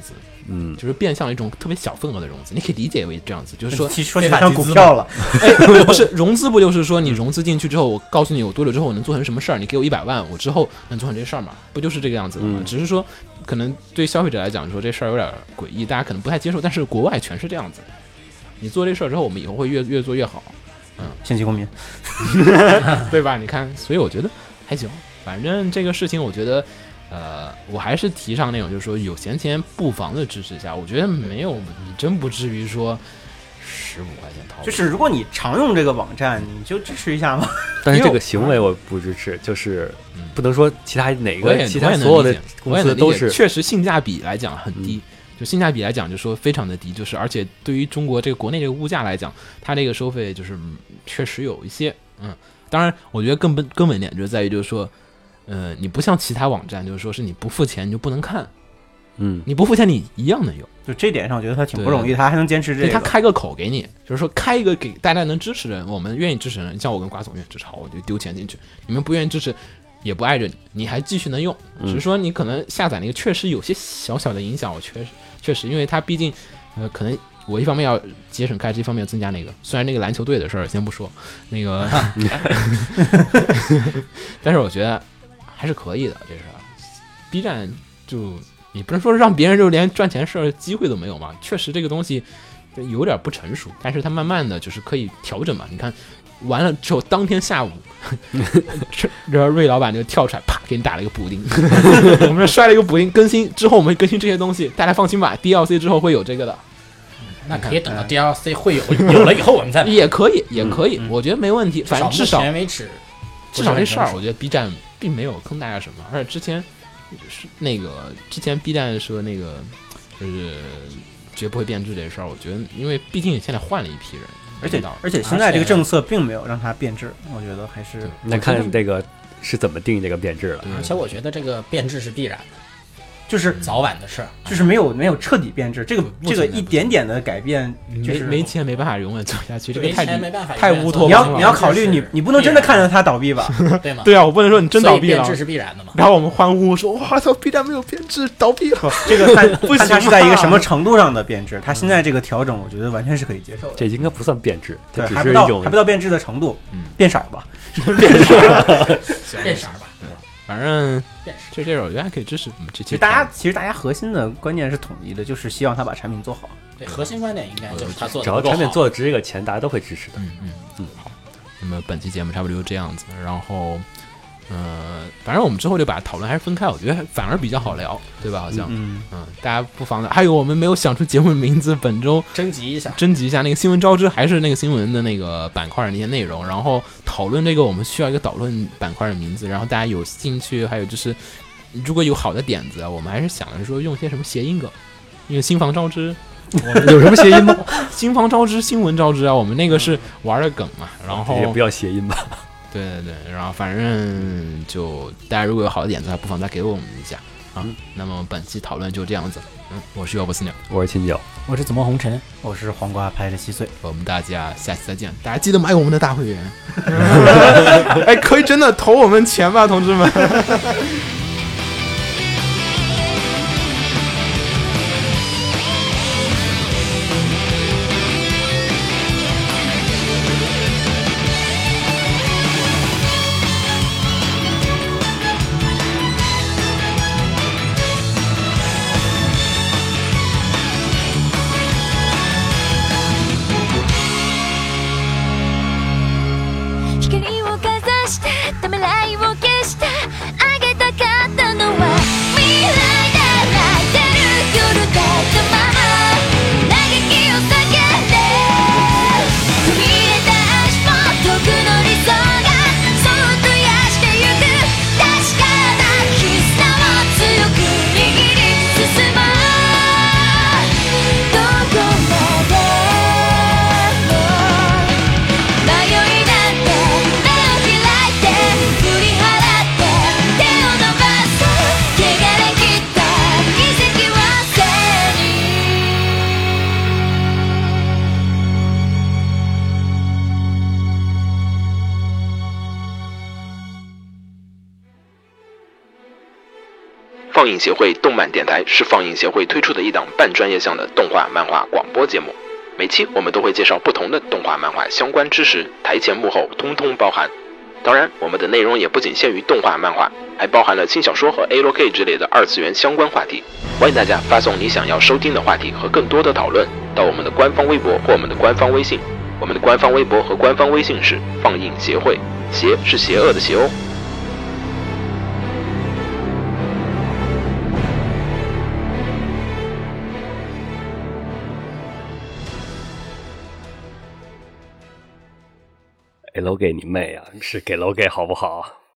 [SPEAKER 1] 嗯，
[SPEAKER 2] 就是变相一种特别小份额的融资，你可以理解为这样子，就是说
[SPEAKER 3] 其实说起来像股票了，
[SPEAKER 2] 哎，不是融资，不就是说你融资进去之后，我告诉你我多久之后我能做成什么事儿，你给我一百万，我之后能做成这事儿嘛？不就是这个样子的吗？
[SPEAKER 1] 嗯、
[SPEAKER 2] 只是说可能对消费者来讲说这事儿有点诡异，大家可能不太接受，但是国外全是这样子。你做这事儿之后，我们以后会越越做越好。嗯，
[SPEAKER 3] 县级公民，
[SPEAKER 2] 对吧？你看，所以我觉得还行。反正这个事情，我觉得。呃，我还是提倡那种，就是说有闲钱不妨的支持一下。我觉得没有，你真不至于说十五块钱淘宝。
[SPEAKER 3] 就是如果你常用这个网站，你就支持一下嘛。
[SPEAKER 1] 但是这个行为我不支持，就是不能说其他哪个其他所有的公司都是。
[SPEAKER 2] 确实性价比来讲很低，嗯、就性价比来讲就说非常的低，就是而且对于中国这个国内这个物价来讲，它这个收费就是确实有一些，嗯，当然我觉得根本根本点就在于就是说。呃，你不像其他网站，就是说是你不付钱你就不能看，
[SPEAKER 1] 嗯，
[SPEAKER 2] 你不付钱你一样能有。
[SPEAKER 3] 就这点上，我觉得他挺不容易，他还能坚持这个。
[SPEAKER 2] 他开个口给你，就是说开一个给大家能支持的人，我们愿意支持的人，像我跟瓜总愿意支持，好，我就丢钱进去。你们不愿意支持，也不碍着你，你还继续能用，只是说你可能下载那个确实有些小小的影响。我确实确实，因为它毕竟，呃，可能我一方面要节省开支，一方面要增加那个。虽然那个篮球队的事儿先不说，那个，但是我觉得。还是可以的，这是 B 站就你不能说让别人就连赚钱事儿机会都没有嘛？确实这个东西有点不成熟，但是它慢慢的就是可以调整嘛。你看完了之后，当天下午，然后瑞老板就跳出来，啪给你打了一个补丁，我们这摔了一个补丁，更新之后我们会更新这些东西，大家放心吧 ，D L C 之后会有这个的。
[SPEAKER 4] 那可以等到 D L C 会有有了以后我们再买
[SPEAKER 2] 也可以，也可以，嗯、我觉得没问题。反正至少
[SPEAKER 4] 目前为止，
[SPEAKER 2] 至少这事儿，我觉得 B 站。并没有坑大家什么，而且之前是那个之前 B 站说那个就是绝不会变质这事儿，我觉得因为毕竟现在换了一批人，
[SPEAKER 3] 而且而且现在这个政策并没有让它变质，我觉得还是
[SPEAKER 1] 那看这个是怎么定这个变质了。
[SPEAKER 4] 而且我觉得这个变质是必然的。
[SPEAKER 3] 就是
[SPEAKER 4] 早晚的事儿，
[SPEAKER 3] 就是没有没有彻底变质，这个这个一点点的改变，就是
[SPEAKER 2] 没没钱没办法永远走下去，这个
[SPEAKER 4] 太
[SPEAKER 2] 太乌托邦了。
[SPEAKER 3] 你要你要考虑你你不能真的看着它倒闭吧？
[SPEAKER 4] 对吗？
[SPEAKER 2] 对啊，我不能说你真倒闭了，
[SPEAKER 4] 变质是必然的嘛。
[SPEAKER 2] 然后我们欢呼说哇操 ，B 站没有变质，倒闭了。
[SPEAKER 3] 这个看看它是在一个什么程度上的变质，它现在这个调整，我觉得完全是可以接受的。
[SPEAKER 1] 这应该不算变质，
[SPEAKER 3] 对，
[SPEAKER 1] 只
[SPEAKER 3] 还不到
[SPEAKER 1] 是一种
[SPEAKER 3] 还不到变质的程度，
[SPEAKER 2] 嗯，
[SPEAKER 3] 变色吧，
[SPEAKER 2] 变色，
[SPEAKER 4] 变色吧。
[SPEAKER 2] 反正这这种我觉得还可以支持。这
[SPEAKER 3] 其实大家其实大家核心的观念是统一的，就是希望他把产品做好。
[SPEAKER 4] 对，核心观点应该就是他做的。
[SPEAKER 1] 只要产品做的值这个钱，大家都会支持的。
[SPEAKER 2] 嗯嗯嗯，好。那么本期节目差不多就这样子，然后。呃，反正我们之后就把讨论还是分开，我觉得反而比较好聊，对吧？好像，
[SPEAKER 3] 嗯
[SPEAKER 2] 嗯，大家不妨的。还有我们没有想出节目的名字，本周
[SPEAKER 4] 征集一下，
[SPEAKER 2] 征集一下那个新闻招知，还是那个新闻的那个板块的那些内容，然后讨论这个，我们需要一个讨论板块的名字，然后大家有兴趣，还有就是如果有好的点子，我们还是想着说用些什么谐音梗，因为新房招知。
[SPEAKER 1] 有什么谐音吗？
[SPEAKER 2] 新房招知，新闻招知啊，我们那个是玩的梗嘛，然后
[SPEAKER 1] 也不要谐音吧。
[SPEAKER 2] 对对对，然后反正就大家如果有好的点子，不妨再给我们一下啊。嗯、那么本期讨论就这样子，嗯，我是姚波斯鸟，
[SPEAKER 1] 我是秦九，
[SPEAKER 4] 我是紫陌红尘，
[SPEAKER 3] 我是黄瓜拍的稀碎，
[SPEAKER 2] 我们大家下期再见，大家记得买我们的大会员，哎，可以真的投我们钱吧，同志们。
[SPEAKER 5] 光をかざしてためらいを消してあげたか放映协会动漫电台是放映协会推出的一档半专业向的动画漫画广播节目，每期我们都会介绍不同的动画漫画相关知识，台前幕后通通包含。当然，我们的内容也不仅限于动画漫画，还包含了轻小说和 A L K 之类的二次元相关话题。欢迎大家发送你想要收听的话题和更多的讨论到我们的官方微博或我们的官方微信。我们的官方微博和官方微信是放映协会，邪是邪恶的邪哦。
[SPEAKER 1] 给楼给你妹啊！是给楼给好不好？